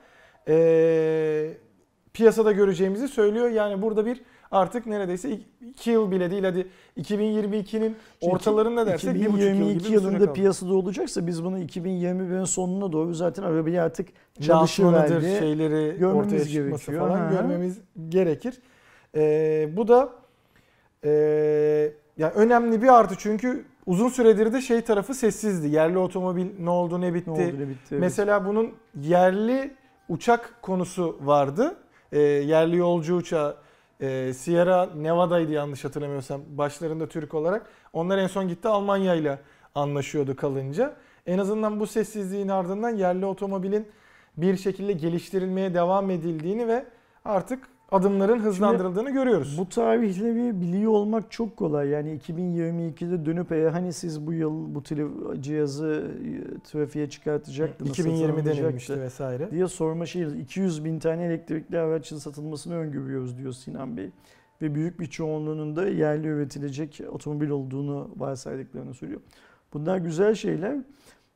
e, piyasada göreceğimizi söylüyor. Yani burada bir artık neredeyse iki yıl bile değil hadi iki bin yirmi ikinin ortalarında dersek bir buçuk yıl gibi bir süre yılında kaldı. Piyasada olacaksa biz bunu iki bin yirmi birin sonuna doğru zaten arabayı artık çalışıverdi. Şeyleri ortaya çıkması falan ha. görmemiz gerekir. Ee, bu da e, yani önemli bir artı çünkü uzun süredir de şey tarafı sessizdi. Yerli otomobil ne oldu ne bitti. Ne oldu, ne bitti evet. Mesela bunun yerli uçak konusu vardı. Ee, yerli yolcu uçağı e, Sierra Nevada'ydı yanlış hatırlamıyorsam başlarında Türk olarak. Onlar en son gitti Almanya ile anlaşıyordu kalınca. En azından bu sessizliğin ardından yerli otomobilin bir şekilde geliştirilmeye devam edildiğini ve artık adımların hızlandırıldığını Şimdi, görüyoruz. Bu tarihleri biliyor olmak çok kolay. Yani iki bin yirmi ikide dönüp e, hani siz bu yıl bu cihazı trafiğe çıkartacaktınız, iki bin yirmi denilmişti vesaire diye sorma şey. iki yüz bin tane elektrikli araçın satılmasını öngörüyoruz diyor Sinan Bey. Ve büyük bir çoğunluğunun da yerli üretilecek otomobil olduğunu varsaydıklarını söylüyor. Bunlar güzel şeyler.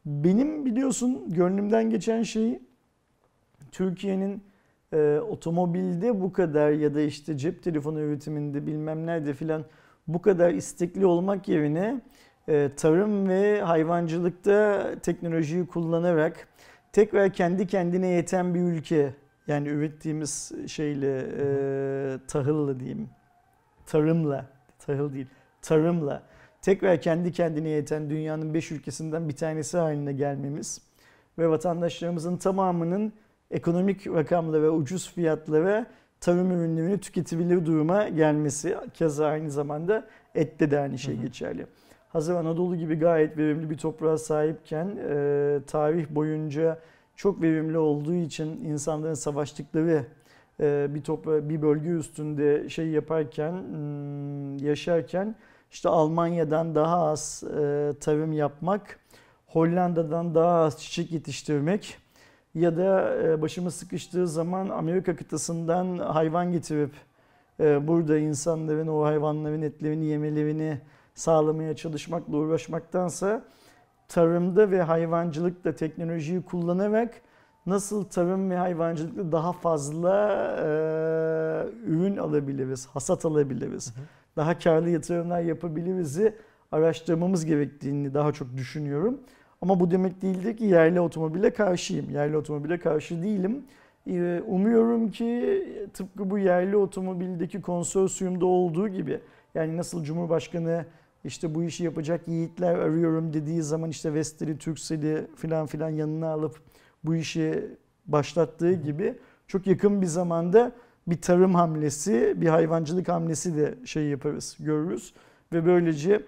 Benim biliyorsun gönlümden geçen şey Türkiye'nin e, otomobilde bu kadar ya da işte cep telefonu üretiminde bilmem nerede filan bu kadar istekli olmak yerine e, tarım ve hayvancılıkta teknolojiyi kullanarak tekrar kendi kendine yeten bir ülke, yani ürettiğimiz şeyle e, tahılla diyeyim, tarımla, tahıl değil, tarımla tekrar kendi kendine yeten dünyanın beş ülkesinden bir tanesi haline gelmemiz ve vatandaşlarımızın tamamının ekonomik rakamlara, ucuz fiyatlara tarım ürünlerini tüketebilir duruma gelmesi. Keza aynı zamanda ette de aynı şey geçerli. Hazır Anadolu gibi gayet verimli bir toprağa sahipken e, tarih boyunca çok verimli olduğu için insanların savaştıkları e, bir topra bir bölge üstünde şey yaparken, yaşarken işte Almanya'dan daha az e, tarım yapmak, Hollanda'dan daha az çiçek yetiştirmek ya da e, başımız sıkıştığı zaman Amerika kıtasından hayvan getirip e, burada insanların o hayvanların etlerini yemelerini sağlamaya çalışmakla uğraşmaktansa tarımda ve hayvancılıkta teknolojiyi kullanarak nasıl tarım ve hayvancılıkta daha fazla e, ürün alabiliriz, hasat alabiliriz, hı hı. daha karlı yatırımlar yapabiliriz'i araştırmamız gerektiğini daha çok düşünüyorum. Ama bu demek değildir ki yerli otomobile karşıyım. Yerli otomobile karşı değilim. Umuyorum ki tıpkı bu yerli otomobildeki konsorsiyumda olduğu gibi, yani nasıl Cumhurbaşkanı işte bu işi yapacak yiğitler arıyorum dediği zaman işte Vestel'i, Turkcell'i filan filan yanına alıp bu işi başlattığı gibi çok yakın bir zamanda bir tarım hamlesi, bir hayvancılık hamlesi de şey yaparız, görürüz. Ve böylece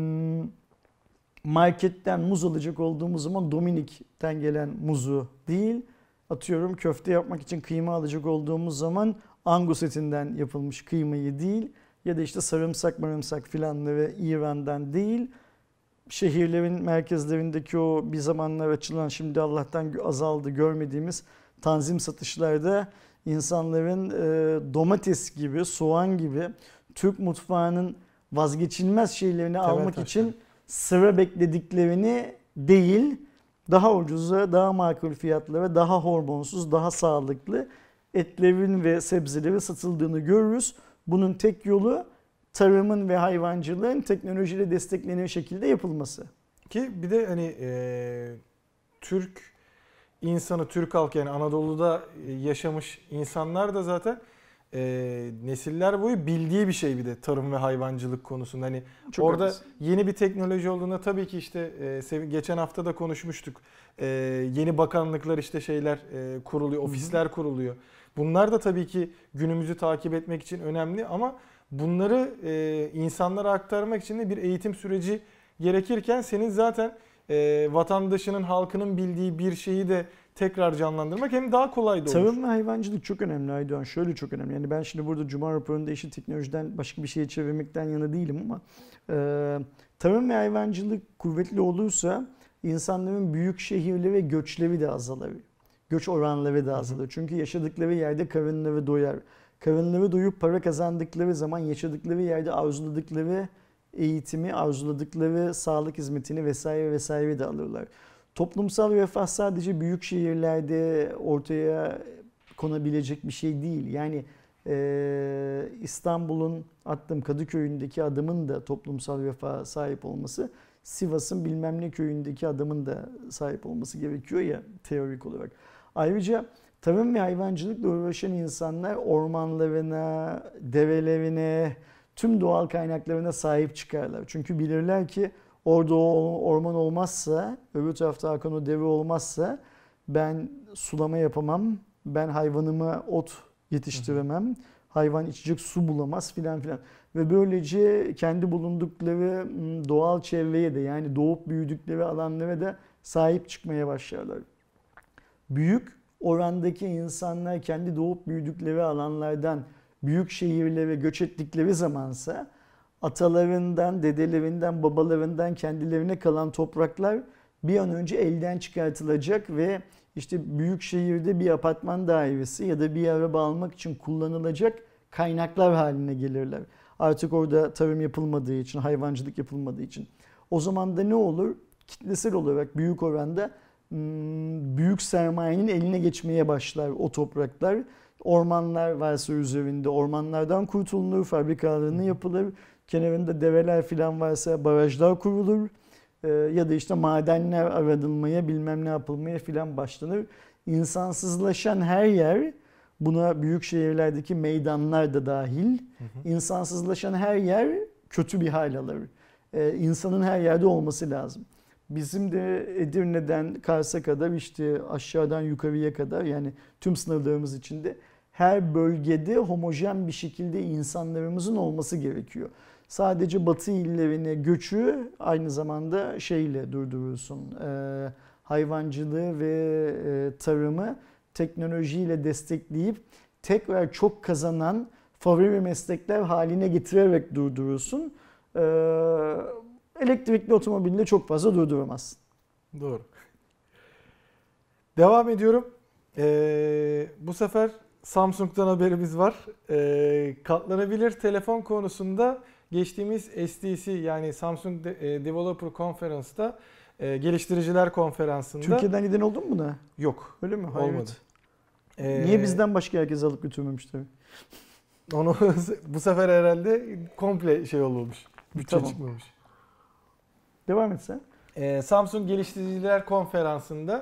marketten muz alacak olduğumuz zaman Dominik'ten gelen muzu değil, atıyorum köfte yapmak için kıyma alacak olduğumuz zaman Angus etinden yapılmış kıymayı değil ya da işte sarımsak marımsak filanları İran'dan değil, şehirlerin merkezlerindeki o bir zamanlar açılan, şimdi Allah'tan azaldı, görmediğimiz tanzim satışlarda insanların e, domates gibi, soğan gibi Türk mutfağının vazgeçilmez şeylerini Temel almak taşlar. için sıra beklediklerini değil, daha ucuza, daha makul fiyatlara, daha hormonsuz, daha sağlıklı etlerin ve sebzelerin satıldığını görürüz. Bunun tek yolu tarımın ve hayvancılığın teknolojiyle desteklenen şekilde yapılması. Ki bir de hani e, Türk insanı, Türk halkı, yani Anadolu'da yaşamış insanlar da zaten e, nesiller boyu bildiği bir şey bir de tarım ve hayvancılık konusunda. Hani çok orada haklısın. Yeni bir teknoloji olduğunda tabii ki işte e, geçen hafta da konuşmuştuk. E, yeni bakanlıklar işte şeyler e, kuruluyor, ofisler Hı-hı. kuruluyor. Bunlar da tabii ki günümüzü takip etmek için önemli ama bunları e, insanlara aktarmak için de bir eğitim süreci gerekirken senin zaten e, vatandaşının, halkının bildiği bir şeyi de tekrar canlandırmak hem daha kolay da olur. Tarım ve hayvancılık çok önemli Aydoğan. Şöyle çok önemli. Yani ben şimdi burada Cuma raporunda işi teknolojiden başka bir şeye çevirmekten yana değilim ama e, tarım ve hayvancılık kuvvetli olursa insanların büyük şehirleri ve göçleri de azalır. Göç oranları da azalır. Hı hı. Çünkü yaşadıkları yerde karınları doyar. Karınları doyup para kazandıkları zaman yaşadıkları yerde arzuladıkları eğitimi, arzuladıkları sağlık hizmetini vesaire vesaire de alırlar. Toplumsal refah sadece büyük şehirlerde ortaya konabilecek bir şey değil. Yani e, İstanbul'un attığım Kadıköy'ündeki adamın da toplumsal refaha sahip olması, Sivas'ın bilmem ne köyündeki adamın da sahip olması gerekiyor ya teorik olarak. Ayrıca tarım ve hayvancılıkla uğraşan insanlar ormanlarına, develerine, tüm doğal kaynaklarına sahip çıkarlar. Çünkü bilirler ki orada o orman olmazsa, öbür tarafta akan o deve olmazsa ben sulama yapamam, ben hayvanıma ot yetiştiremem, hı hı. hayvan içecek su bulamaz filan filan. Ve böylece kendi bulundukları doğal çevreye de, yani doğup büyüdükleri alanlara da sahip çıkmaya başlarlar. Büyük orandaki insanlar kendi doğup büyüdükleri alanlardan büyük şehirlere göç ettikleri zamansa atalarından, dedelerinden, babalarından kendilerine kalan topraklar bir an önce elden çıkartılacak ve işte büyük şehirde bir apartman dairesi ya da bir araba almak için kullanılacak kaynaklar haline gelirler. Artık orada tarım yapılmadığı için, hayvancılık yapılmadığı için. O zaman da ne olur? kitlesel olarak büyük oranda büyük sermayenin eline geçmeye başlar o topraklar. Ormanlar varsa üzerinde ormanlardan kurtulunur, fabrikalarını yapılır. Kenarında develer falan varsa barajlar kurulur. Ee, ya da işte madenler aranılmaya, bilmem ne yapılmaya filan başlanır. İnsansızlaşan her yer, buna büyük şehirlerdeki meydanlar da dahil, hı hı. insansızlaşan her yer kötü bir hal alır. Ee, insanın her yerde olması lazım. Bizim de Edirne'den Kars'a kadar, işte aşağıdan yukarıya kadar, yani tüm sınırlarımız içinde her bölgede homojen bir şekilde insanlarımızın olması gerekiyor. Sadece batı illerine göçü aynı zamanda şeyle durdurursun. E, hayvancılığı ve e, tarımı teknolojiyle destekleyip tekrar çok kazanan favori meslekler haline getirerek durdurursun. E, elektrikli otomobille çok fazla durduramazsın. Doğru. Devam ediyorum. Ee, bu sefer Samsung'dan haberimiz var. Ee, katlanabilir telefon konusunda geçtiğimiz S D C yani Samsung Developer Conference'da e, geliştiriciler konferansında. Türkiye'den giden oldu mu buna? Yok. Öyle mi? Hayret. Olmadı. Ee, Niye bizden başka herkes alıp götürmemişler? Onu bu sefer herhalde komple şey olmuş. Bütçe tamam. çıkmamış. Devam et sen. Ee, Samsung geliştiriciler konferansında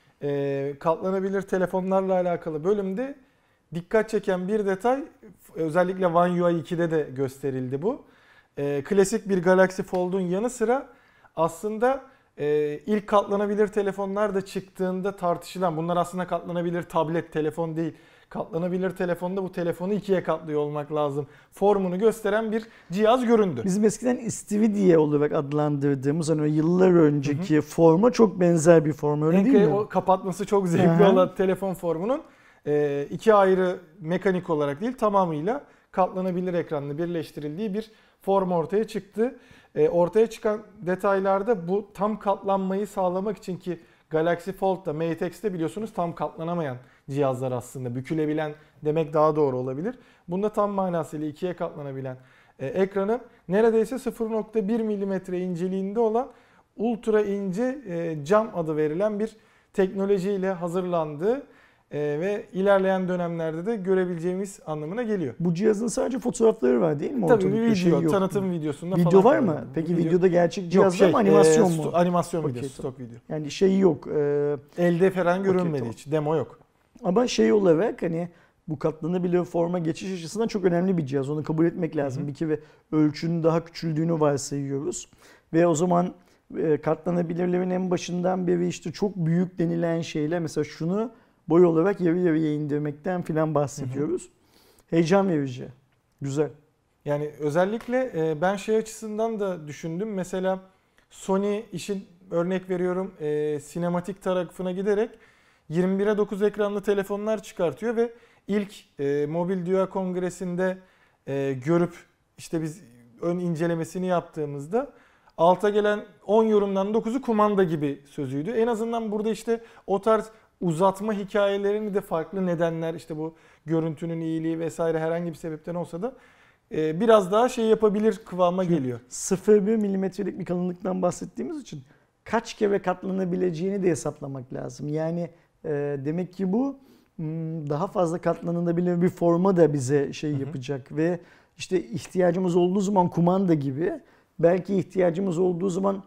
e, katlanabilir telefonlarla alakalı bölümde dikkat çeken bir detay, özellikle One U I iki'de de gösterildi bu. E, klasik bir Galaxy Fold'un yanı sıra aslında e, ilk katlanabilir telefonlar da çıktığında tartışılan, bunlar aslında katlanabilir tablet, telefon değil. Katlanabilir telefonda bu telefonu ikiye katlıyor olmak lazım formunu gösteren bir cihaz göründü. Bizim eskiden istiridye olarak adlandırdığımız hani yıllar önceki hı hı. forma çok benzer bir form, öyle Enke, değil mi? O kapatması çok zevkli Aha. olan telefon formunun e, iki ayrı mekanik olarak değil tamamıyla katlanabilir ekranla birleştirildiği bir form ortaya çıktı. E, ortaya çıkan detaylarda bu tam katlanmayı sağlamak için, ki Galaxy Fold'da, Mate X'te biliyorsunuz tam katlanamayan cihazlar aslında. Bükülebilen demek daha doğru olabilir. Bunda tam manasıyla ikiye katlanabilen e, ekranı neredeyse sıfır nokta bir milimetre inceliğinde olan ultra ince e, cam adı verilen bir teknolojiyle hazırlandığı e, ve ilerleyen dönemlerde de görebileceğimiz anlamına geliyor. Bu cihazın sadece fotoğrafları var değil mi? Tabii bir video, şey tanıtım videosunda video falan. Video var mı? Var. Peki video, videoda gerçek cihaz şey, mı, animasyon e, mu? Animasyon okay, videosu, stok video. Yani şeyi yok. E, Elde falan görünmedi okay, tamam. hiç, demo yok. Ama şey olarak hani bu katlanabilir forma geçiş açısından çok önemli bir cihaz. Onu kabul etmek lazım. Hı hı. Bir kere ölçünün daha küçüldüğünü varsayıyoruz. Ve o zaman e, katlanabilirlerin en başından beri işte çok büyük denilen şeyler, mesela şunu boy olarak yarı yarıya indirmekten filan bahsediyoruz. Hı hı. Heyecan verici. Güzel. Yani özellikle e, ben şey açısından da düşündüm. Mesela Sony işin, örnek veriyorum, e, sinematik tarafına giderek yirmi bire dokuz ekranlı telefonlar çıkartıyor ve ilk e, Mobil Dünya Kongresi'nde e, görüp işte biz ön incelemesini yaptığımızda alta gelen on yorumdan dokuzu kumanda gibi sözüydü. En azından burada işte o tarz uzatma hikayelerini de farklı nedenler, işte bu görüntünün iyiliği vesaire herhangi bir sebepten olsa da e, biraz daha şey yapabilir kıvama geliyor. sıfır virgül bir milimetrelik bir kalınlıktan bahsettiğimiz için kaç kere katlanabileceğini de hesaplamak lazım. Yani e, demek ki bu daha fazla katlanabilir bir forma da bize şey yapacak. Hı hı. Ve işte ihtiyacımız olduğu zaman kumanda gibi, belki ihtiyacımız olduğu zaman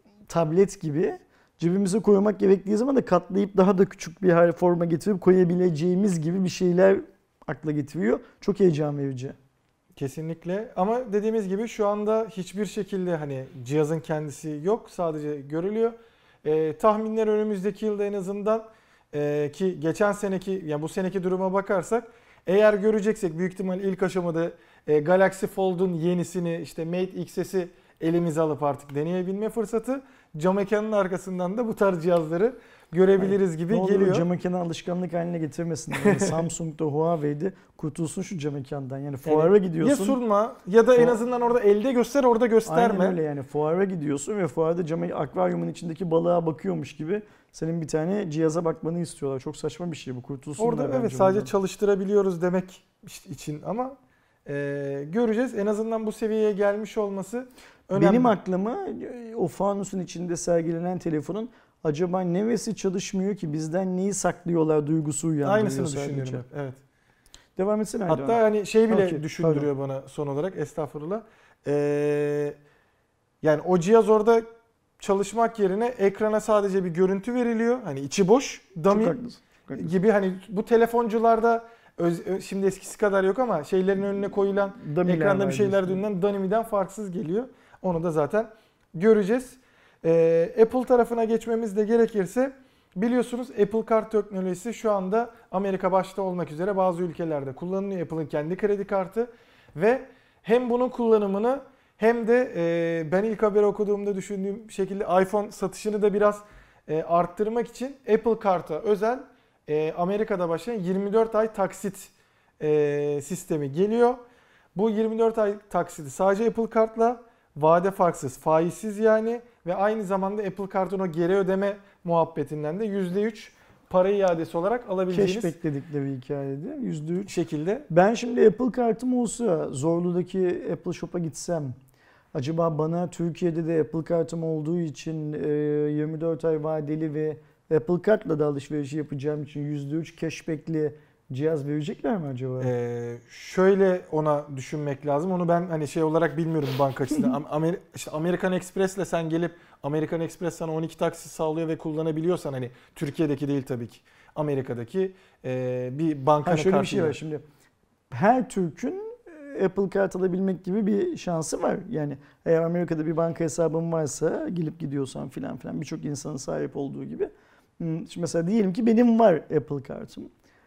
tablet gibi, cebimize koymak gerektiği zaman da katlayıp daha da küçük bir forma getirip koyabileceğimiz gibi bir şeyler akla getiriyor. Çok heyecan verici. Kesinlikle, ama dediğimiz gibi şu anda hiçbir şekilde hani cihazın kendisi yok, sadece görülüyor. Ee, tahminler önümüzdeki yılda en azından Ee, ki geçen seneki, ya yani bu seneki duruma bakarsak, eğer göreceksek büyük ihtimal ilk aşamada e, Galaxy Fold'un yenisini, işte Mate X S'i elimize alıp artık deneyebilme fırsatı, cam ekranın arkasından da bu tarz cihazları görebiliriz gibi ne geliyor. Ne olur cam ekranı alışkanlık haline getirmesin. Yani Samsung'da, Huawei'de kurtulsun şu cam ekrandan. Yani fuara yani gidiyorsun. Ya sunma ya da en azından orada elde göster, orada gösterme. Aynen öyle, yani fuara gidiyorsun ve fuarda cam akvaryumun içindeki balığa bakıyormuş gibi senin bir tane cihaza bakmanı istiyorlar. Çok saçma bir şey bu, kurtulsun. Orada evet sadece bundan çalıştırabiliyoruz demek için, ama e, göreceğiz. En azından bu seviyeye gelmiş olması önemli. Benim aklıma o fanusun içinde sergilenen telefonun acaba neresi çalışmıyor ki bizden neyi saklıyorlar duygusu uyandırıyor. Aynısını sadece. düşünüyorum. Evet. Devam etsene. Hatta hani şey bile Okay, düşündürüyor bana son olarak, estağfurullah. Ee, yani o cihaz orada çalışmak yerine ekrana sadece bir görüntü veriliyor. Hani içi boş, dummy Çok haklısın. Çok haklısın. gibi, hani bu telefoncularda öz, ö- şimdi eskisi kadar yok ama şeylerin önüne koyulan Dummy'ler ekranda bir var şeyler diyorsun. dönülen dummy'den farksız geliyor. Onu da zaten göreceğiz. Ee, Apple tarafına geçmemiz de gerekirse, biliyorsunuz Apple Kart teknolojisi şu anda Amerika başta olmak üzere bazı ülkelerde kullanılıyor. Apple'ın kendi kredi kartı ve hem bunun kullanımını hem de e, ben ilk haberi okuduğumda düşündüğüm şekilde iPhone satışını da biraz e, arttırmak için Apple Kart'a özel e, Amerika'da başlayan yirmi dört ay taksit e, sistemi geliyor. Bu yirmi dört ay taksiti sadece Apple Kart'la, vade farksız, faizsiz yani, ve aynı zamanda Apple Kart'ın o geri ödeme muhabbetinden de yüzde üç para iadesi olarak alabileceğiniz Cashback dedikleri hikayede yüzde üç. şekilde. Ben şimdi Apple kartım olsa Zorlu'daki Apple Shop'a gitsem, acaba bana Türkiye'de de Apple kartım olduğu için yirmi dört ay vadeli ve Apple kartla da alışveriş yapacağım için yüzde üç cashback'li cihaz verecekler mi acaba? Ee, şöyle ona düşünmek lazım. Onu ben hani şey olarak bilmiyorum banka açısından. Amer işte American Express'le sen gelip American Express sana on iki taksit sağlıyor ve kullanabiliyorsan, hani Türkiye'deki değil tabii ki, Amerika'daki e, bir bankanın Ha, şöyle bir kartıyla. şey var şimdi. Her Türk'ün Apple kart alabilmek gibi bir şansı var. Yani eğer Amerika'da bir banka hesabın varsa, gelip gidiyorsan filan filan, birçok insanın sahip olduğu gibi. Şimdi mesela diyelim ki benim var Apple kartım.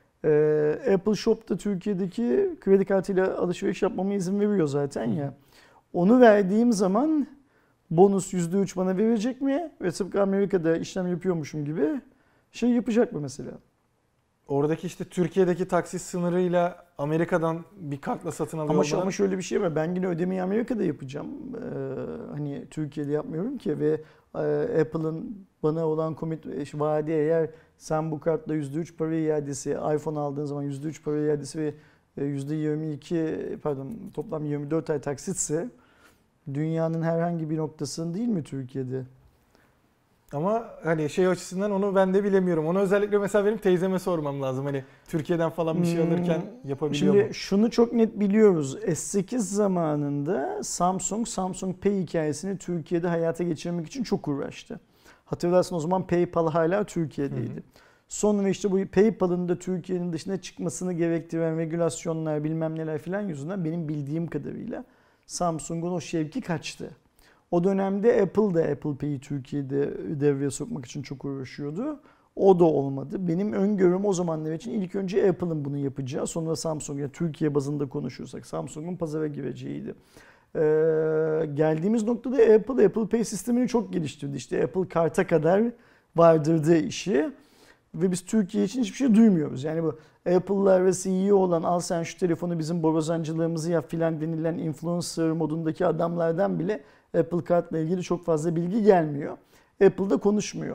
Ee, Apple Shop'ta Türkiye'deki kredi kartıyla alışveriş yapmama izin veriyor zaten ya. Onu verdiğim zaman bonus yüzde üç bana verecek mi? Ve tıpkı Amerika'da işlem yapıyormuşum gibi şey yapacak mı mesela? Oradaki işte Türkiye'deki taksit sınırıyla Amerika'dan bir kartla satın alıyor Ama, olmanın- ama şöyle bir şey var. Ben yine ödemeyi Amerika'da yapacağım. Ee, hani Türkiye'de yapmıyorum ki ve e, Apple'ın bana olan komit vaadi, eğer sen bu kartla yüzde üç para iadesi, iPhone aldığın zaman yüzde üç para iadesi ve e, yüzde yirmi iki, pardon toplam yirmi dört ay taksitse, dünyanın herhangi bir noktasında değil mi Türkiye'de? Ama hani şey açısından onu ben de bilemiyorum. Onu özellikle mesela benim teyzeme sormam lazım. Hani Türkiye'den falan bir şey Hmm, alırken yapabiliyor Şimdi mu? şunu çok net biliyoruz. S sekiz zamanında Samsung, Samsung Pay hikayesini Türkiye'de hayata geçirmek için çok uğraştı. Hatırlarsın, o zaman PayPal hala Türkiye'deydi. Hı hı. Sonra işte bu PayPal'ın da Türkiye'nin dışına çıkmasını gerektiren regülasyonlar, bilmem neler filan yüzünden benim bildiğim kadarıyla Samsung'un o şevki kaçtı. O dönemde Apple da Apple Pay'i Türkiye'de devreye sokmak için çok uğraşıyordu. O da olmadı. Benim öngörüm o zamanlar için ilk önce Apple'ın bunu yapacağı, sonra Samsung, yani Türkiye bazında konuşursak Samsung'un pazara gireceğiydi. Ee, geldiğimiz noktada Apple, Apple Pay sistemini çok geliştirdi. İşte Apple Kart'a kadar vardırdı işi. Ve biz Türkiye için hiçbir şey duymuyoruz. Yani bu Apple'lar ve C E O olan, al sen şu telefonu bizim borazancılığımızı yap filan denilen influencer modundaki adamlardan bile Apple Kart'la ilgili çok fazla bilgi gelmiyor. Apple'da konuşmuyor.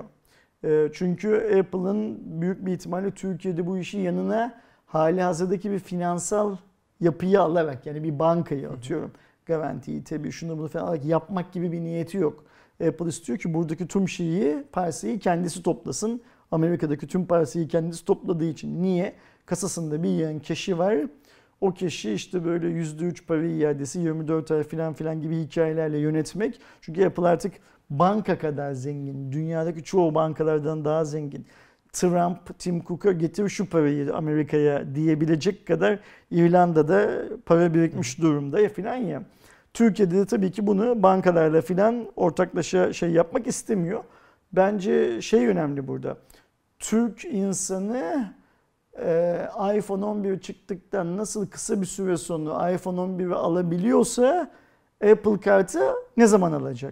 Çünkü Apple'ın büyük bir ihtimalle Türkiye'de bu işi yanına hali hazırdaki bir finansal yapıyı alarak, yani bir bankayı atıyorum, garantiyi, tabii şunu bunu falan alarak yapmak gibi bir niyeti yok. Apple istiyor ki buradaki tüm şeyi, parçayı kendisi toplasın. Amerika'daki tüm parçayı kendisi topladığı için. Niye? Kasasında bir yığın cash'i var. O cash'i işte böyle yüzde üç para iadesi, yirmi dört ay filan filan gibi hikayelerle yönetmek. Çünkü Apple artık banka kadar zengin. Dünyadaki çoğu bankalardan daha zengin. Trump, Tim Cook'a getir şu parayı Amerika'ya diyebilecek kadar İrlanda'da para birikmiş durumda ya filan ya. Türkiye'de de tabii ki bunu bankalarla filan ortaklaşa şey yapmak istemiyor. Bence şey önemli burada. Türk insanı e, iPhone on bir çıktıktan nasıl kısa bir süre sonra iPhone on biri alabiliyorsa Apple kartı ne zaman alacak?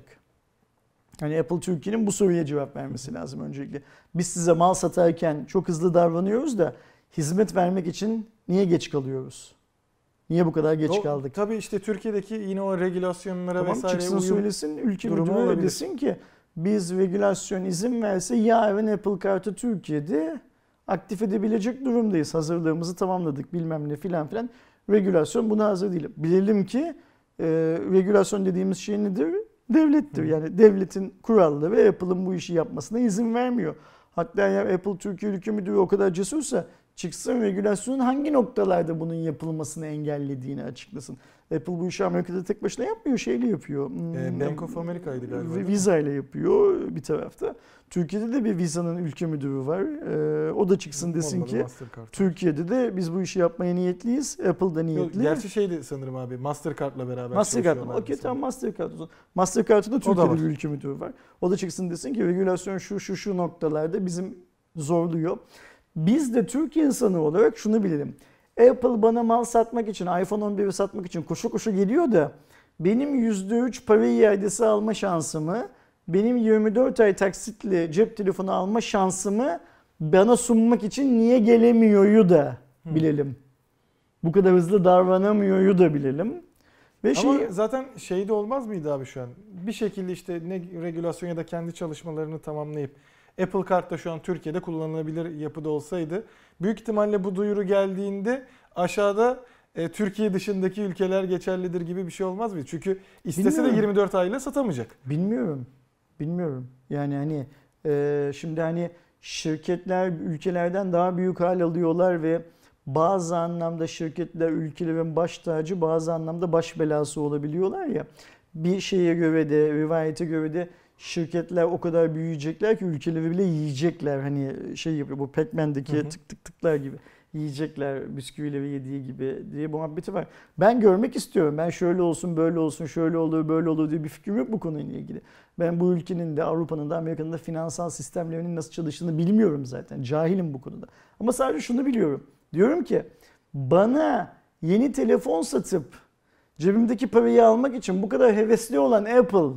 Yani Apple Türkiye'nin bu soruya cevap vermesi lazım öncelikle. Biz size mal satarken çok hızlı davranıyoruz da hizmet vermek için niye geç kalıyoruz? Niye bu kadar geç o, kaldık? Tabii işte Türkiye'deki yine o regülasyonlara Tamam, vesaire çıksın uyum söylesin, ülke durumu müdürü olabilir. desin ki biz regülasyon izin verse yarın Apple kartı Türkiye'de aktif edebilecek durumdayız. Hazırlığımızı tamamladık bilmem ne filan filan. Regülasyon buna hazır değil. Bilelim ki e, regülasyon dediğimiz şey nedir? Devlettir. Yani devletin kuralları ve Apple'ın bu işi yapmasına izin vermiyor. Hatta eğer Apple Türkiye Ülke Müdürü o kadar cesursa çıksın regülasyonun hangi noktalarda bunun yapılmasını engellediğini açıklasın. Apple bu işi Amerika'da tek başına yapmıyor, şeyle yapıyor. E, Bank of America'ydı galiba. Visa ile yapıyor bir tarafta. Türkiye'de de bir Visa'nın ülke müdürü var. Ee, o da çıksın desin Olmadı, ki Mastercard. Türkiye'de de biz bu işi yapmaya niyetliyiz. Apple da niyetli. Yok, gerçi şeydi sanırım abi, Mastercard'la beraber Mastercard mı? çalışıyorlar. Okey tamam, Mastercard o zaman. Mastercard'ın da Türkiye'de var. bir ülke müdürü var. O da çıksın desin ki regülasyon şu şu şu noktalarda bizim zorluyor. Biz de Türk insanı olarak şunu bilelim. Apple bana mal satmak için, iPhone on biri satmak için koşu koşu geliyor da benim yüzde üç para iadesi alma şansımı, benim yirmi dört ay taksitli cep telefonu alma şansımı bana sunmak için niye gelemiyoryu da bilelim. Bu kadar hızlı davranamıyoryu da bilelim. Ve Ama şey, zaten şey de olmaz mıydı abi şu an? Bir şekilde işte ne regülasyon ya da kendi çalışmalarını tamamlayıp Apple Card da şu an Türkiye'de kullanılabilir yapıda olsaydı büyük ihtimalle bu duyuru geldiğinde aşağıda e, Türkiye dışındaki ülkeler geçerlidir gibi bir şey olmaz mıydı? Çünkü istese Bilmiyorum. de yirmi dört ayla satamayacak. bilmiyorum. Bilmiyorum. Yani hani e, şimdi hani şirketler ülkelerden daha büyük hal alıyorlar ve bazı anlamda şirketler ülkelerin baş tacı, bazı anlamda baş belası olabiliyorlar ya. Bir şeye göre de, rivayete göre de şirketler o kadar büyüyecekler ki ülkeleri bile yiyecekler. Hani şey yapıyor, bu Pac-Man'deki tık tık tıklar gibi. Yiyecekler bisküvileri yediği gibi diye muhabbeti var. Ben görmek istiyorum. Ben şöyle olsun, böyle olsun, şöyle olur, böyle olur diye bir fikrim yok bu konuyla ilgili. Ben bu ülkenin de, Avrupa'nın da, Amerika'nın da finansal sistemlerinin nasıl çalıştığını bilmiyorum zaten. Cahilim bu konuda. Ama sadece şunu biliyorum. Diyorum ki bana yeni telefon satıp cebimdeki parayı almak için bu kadar hevesli olan Apple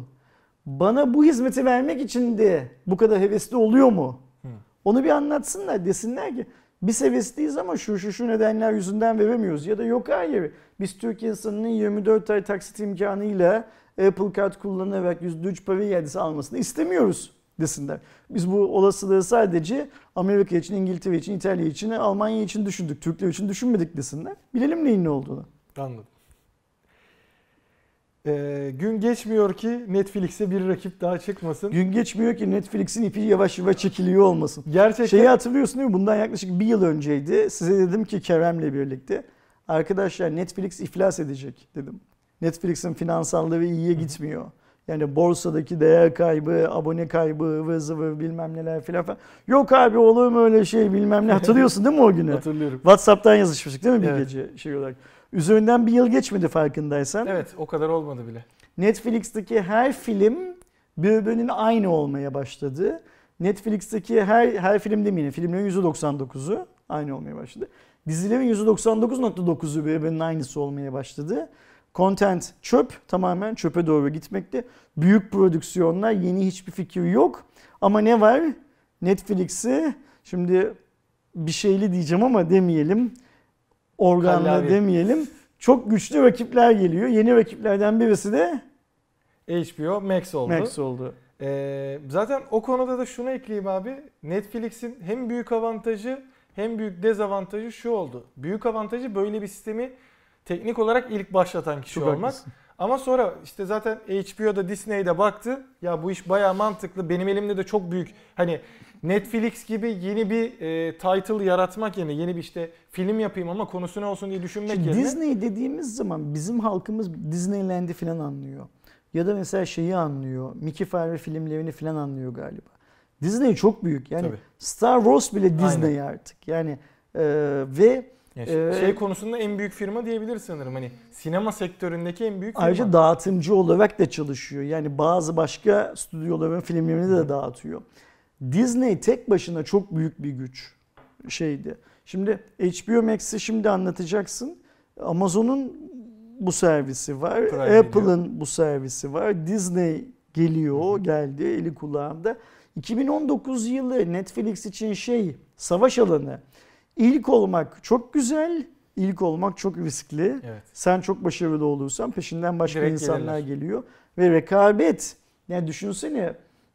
bana bu hizmeti vermek için de bu kadar hevesli oluyor mu? Hı. Onu bir anlatsınlar, desinler ki biz hevesliyiz ama şu şu şu nedenler yüzünden veremiyoruz. Ya da yok hayır, biz Türk insanının yirmi dört ay taksit imkanıyla Apple Card kullanarak yüzde üç para iadesi almasını istemiyoruz desinler. Biz bu olasılığı sadece Amerika için, İngiltere için, İtalya için, Almanya için düşündük. Türkler için düşünmedik desinler. Bilelim neyin ne olduğunu. Anladım. Ee, gün geçmiyor ki Netflix'e bir rakip daha çıkmasın. Gün geçmiyor ki Netflix'in ipi yavaş yavaş çekiliyor olmasın. Gerçekten. Şeyi hatırlıyorsun değil mi? Bundan yaklaşık bir yıl önceydi. Size dedim ki Kerem'le birlikte. Arkadaşlar Netflix iflas edecek dedim. Netflix'in finansalları iyiye gitmiyor. Yani borsadaki değer kaybı, abone kaybı, ıvır zıvır bilmem neler filan falan. Yok abi olur mu öyle şey bilmem ne. Hatırlıyorsun değil mi o günü? Hatırlıyorum. WhatsApp'tan yazışmıştık değil mi bir Evet. gece şey olarak. Üzerinden bir yıl geçmedi farkındaysan. Evet, o kadar olmadı bile. Netflix'teki her film birbirinin aynı olmaya başladı. Netflix'teki her her film demeyelim, filmlerin yüzde doksan dokuzu aynı olmaya başladı. Dizilerin yüzde doksan dokuz nokta dokuzu birbirinin aynısı olmaya başladı. Content çöp, tamamen çöpe doğru gitmekte. Büyük prodüksiyonlar, yeni hiçbir fikir yok. Ama ne var? Netflix'i şimdi bir şeyli diyeceğim ama demeyelim. Organlı Kallavi. demeyelim. Çok güçlü rakipler geliyor. Yeni rakiplerden birisi de H B O Max oldu. Max oldu. Ee, zaten o konuda da şunu ekleyeyim abi. Netflix'in hem büyük avantajı hem büyük dezavantajı şu oldu. Büyük avantajı böyle bir sistemi teknik olarak ilk başlatan kişi Çok olmak. haklısın. Ama sonra işte zaten H B O'da Disney'de baktı. Ya bu iş bayağı mantıklı. Benim elimde de çok büyük hani Netflix gibi yeni bir e, title yaratmak yerine yeni bir işte film yapayım ama konusu ne olsun diye düşünmek Şimdi yerine. Disney dediğimiz zaman bizim halkımız Disneyland'i falan anlıyor. Ya da mesela şeyi anlıyor. Mickey Fare filmlerini falan anlıyor galiba. Disney çok büyük. Yani Tabii. Star Wars bile Disney Aynen. artık. Yani e, ve Yani e, şey konusunda en büyük firma diyebiliriz sanırım. Hani sinema sektöründeki en büyük firma. ayrıca dağıtımcı olarak da çalışıyor. Yani bazı başka stüdyoların filmlerini de dağıtıyor. Disney tek başına çok büyük bir güç şeydi. Şimdi H B O Max'i şimdi anlatacaksın. Amazon'un bu servisi var. Prime Apple'ın bu servisi var. Disney geliyor, geldi eli kulağında. iki bin on dokuz yılı Netflix için şey, savaş alanı. İlk olmak çok güzel, ilk olmak çok riskli. Evet. Sen çok başarılı olursan peşinden başka Direkt insanlar gelirler. geliyor. Ve rekabet. Yani düşünsene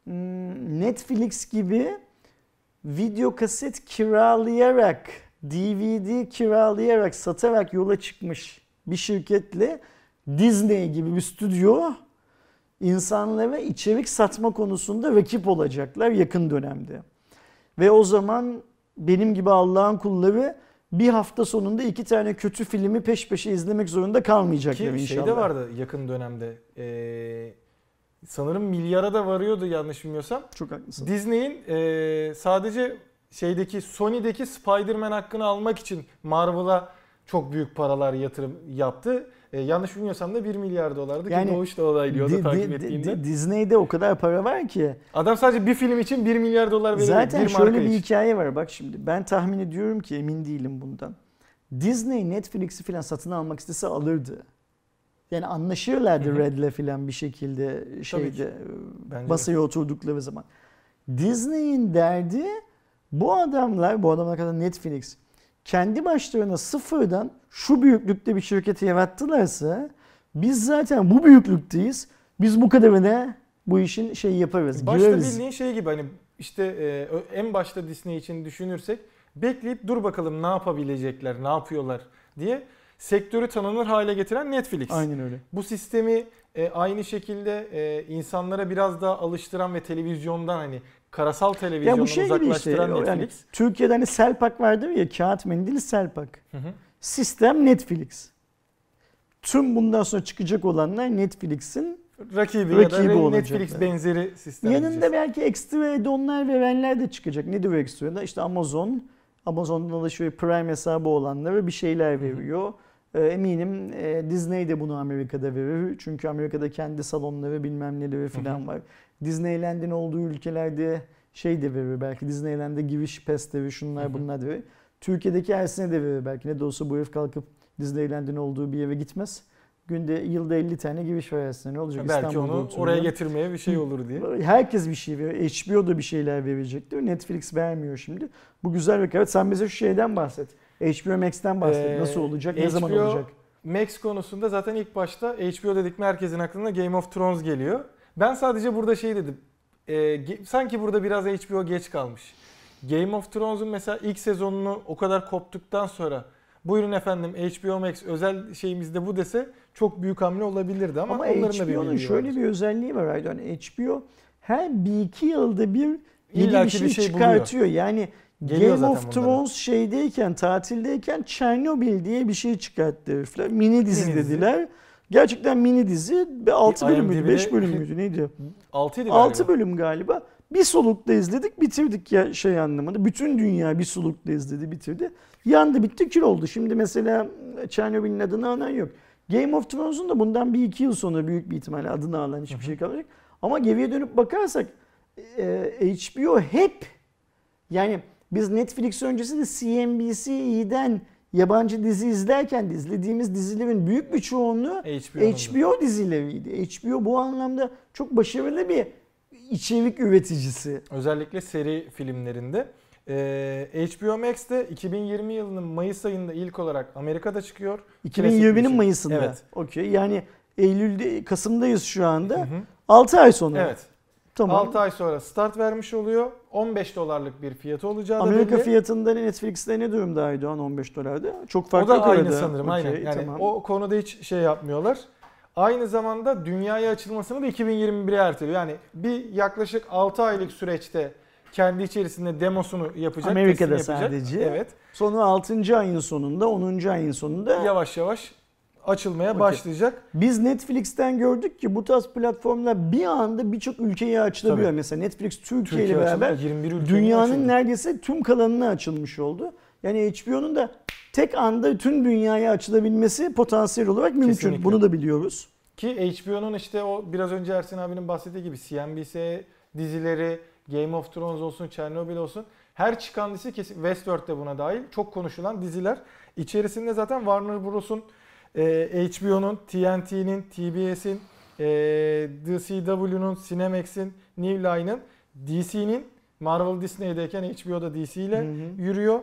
Netflix gibi video kaset kiralayarak, D V D kiralayarak, satarak yola çıkmış bir şirketle Disney gibi bir stüdyo insanlara içerik satma konusunda rakip olacaklar yakın dönemde. Ve o zaman benim gibi Allah'ın kulları bir hafta sonunda iki tane kötü filmi peş peşe izlemek zorunda kalmayacaklar Ki inşallah. şeyde vardı yakın dönemde. Ee, sanırım milyara da varıyordu yanlış bilmiyorsam. Çok haklısın. Disney'in ee, sadece şeydeki Sony'deki Spider-Man hakkını almak için Marvel'a çok büyük paralar yatırım yaptı. Ee, yanlış bilmiyorsam da bir milyar dolardı Yani ki Doğuş da odaylıyordu Di- takip di- ettiğinde. di- Disney'de o kadar para var ki. Adam sadece bir film için bir milyar dolar veriyor. Zaten bir şöyle marka bir için. hikaye var bak şimdi. Ben tahmin ediyorum ki emin değilim bundan. Disney Netflix'i falan satın almak istese alırdı. Yani anlaşıyorlardı Hı hı. Red'le falan bir şekilde şeyde Bence masaya oturdukları zaman. Disney'in derdi bu adamlar, bu adamlar kadar Netflix kendi başlarına sıfırdan şu büyüklükte bir şirketi yarattılarsa biz zaten bu büyüklükteyiz. Biz bu kadarına bu işin şeyi yaparız. Başta gireriz. bildiğin şey gibi hani işte e, ö- en başta Disney için düşünürsek bekleyip dur bakalım ne yapabilecekler, ne yapıyorlar diye sektörü tanınır hale getiren Netflix. Aynen öyle. Bu sistemi e, aynı şekilde e, insanlara biraz daha alıştıran ve televizyondan hani karasal Ya televizyondan bu şey gibi işte. uzaklaştıran Yani Netflix. Türkiye'de hani Selpak vardır ya, kağıt mendil Selpak. Hı hı. Sistem Netflix. Tüm bundan sonra çıkacak olanlar Netflix'in Rakibi, ya da Rakibi re- olacaklar. Netflix benzeri sistem. yanında diyeceğiz. belki ekstra add-on'lar verenler de çıkacak. Nedir o ekstra? İşte Amazon, Amazon'dan da şöyle Prime hesabı olanlara bir şeyler veriyor. Ee, Eminim e, Disney de bunu Amerika'da verir. Çünkü Amerika'da kendi salonları bilmem neleri falan var. Disneyland'in olduğu ülkelerde şey de verir. Belki Disneyland'e giriş pass de verir. Şunlar bunlar da verir. Türkiye'deki her sene de verir belki. Ne de olsa bu herif kalkıp Disneyland'in olduğu bir eve gitmez. Günde yılda elli tane giriş var her sene. Ne olacak? Belki İstanbul'da onu oturuyor. oraya getirmeye bir şey olur diye. Herkes bir şey veriyor. H B O da bir şeyler verecektir. Netflix vermiyor şimdi. Bu güzel bir rekabet. Sen bize şu şeyden bahset. H B O Max'ten bahset. Ee, Nasıl olacak? Ne H B O zaman olacak? Max konusunda zaten ilk başta H B O dedik mi herkesin aklına Game of Thrones geliyor. Ben sadece burada şey dedim. E, ge- sanki burada biraz H B O geç kalmış. Game of Thrones'un mesela ilk sezonunu o kadar koptuktan sonra buyurun efendim H B O Max özel şeyimizde bu dese çok büyük hamle olabilirdi ama, Ama onların da bir H B O'nun bildiği şöyle vardır. bir özelliği var Aydoğan. H B O her bir iki yılda bir yeni İlla bir ki şey, bir şey çıkartıyor. Yani Geliyor Game zaten of bunlara. Thrones şeydeyken, tatildeyken Chernobyl diye bir şey çıkarttı herifler. Mini dizi Mini dizi. dediler. Gerçekten mini dizi. altı bölüm müydü? IMDb'de beş bölüm müydü? Neydi? altıydı galiba. altı bölüm galiba. Bir solukta izledik, bitirdik ya şey anlamında. Bütün dünya bir solukta izledi, bitirdi. Yandı bitti, kül oldu. Şimdi mesela Chernobyl'in adını alan yok. Game of Thrones'un da bundan bir iki yıl sonra büyük bir ihtimalle adını alan hiçbir şey kalmayacak. Ama geriye dönüp bakarsak e, H B O hep, yani biz Netflix öncesinde C N B C'den yabancı dizi izlerken de izlediğimiz dizilerin büyük bir çoğunluğu H B O'nun H B O dizileriydi. H B O bu anlamda çok başarılı bir içerik üreticisi. Özellikle seri filmlerinde. Ee, H B O Max'te iki bin yirmi yılının Mayıs ayında ilk olarak Amerika'da çıkıyor. iki bin Klasik bir yirminin şey. Mayıs'ında. Evet. Okey. Yani Eylül'de, Kasım'dayız şu anda. Hı hı. altı ay sonra. Evet. Tamam. altı ay sonra start vermiş oluyor. on beş dolarlık bir fiyatı olacağı da Amerika belli. fiyatında Netflix'te ne durumda Aydoğan on beş dolarda? Çok O farklı da yok aynı arada. sanırım. Okey, Aynen. Yani tamam. o konuda hiç şey yapmıyorlar. Aynı zamanda dünyaya açılmasını da iki bin yirmi bire erteliyor. Yani bir yaklaşık altı aylık süreçte kendi içerisinde demosunu yapacak. Amerika'da testini yapacak. sadece. Evet. Sonra altıncı ayın sonunda, onuncu ayın sonunda Yavaş yavaş açılmaya Okey. başlayacak. biz Netflix'ten gördük ki bu tarz platformlar bir anda birçok ülkeye açılabiliyor. Tabii. Mesela Netflix Türkiye, Türkiye ile beraber açıldı, yirmi bir ülkenin dünyanın açıldı. neredeyse tüm kalanına açılmış oldu. Yani H B O'nun da tek anda tüm dünyaya açılabilmesi potansiyel olarak mümkün. Kesinlikle. Bunu da biliyoruz. Ki H B O'nun işte o biraz önce Ersin abinin bahsettiği gibi C N B C dizileri, Game of Thrones olsun, Chernobyl olsun her çıkan dizi kesin Westworld de buna dahil çok konuşulan diziler. İçerisinde zaten Warner Bros'un, e, H B O'nun, T N T'nin, T B S'in, e, D C W'nun, Cinemax'in, New Line'ın, D C'nin, Marvel Disney'deyken H B O'da D C ile Hı hı. yürüyor.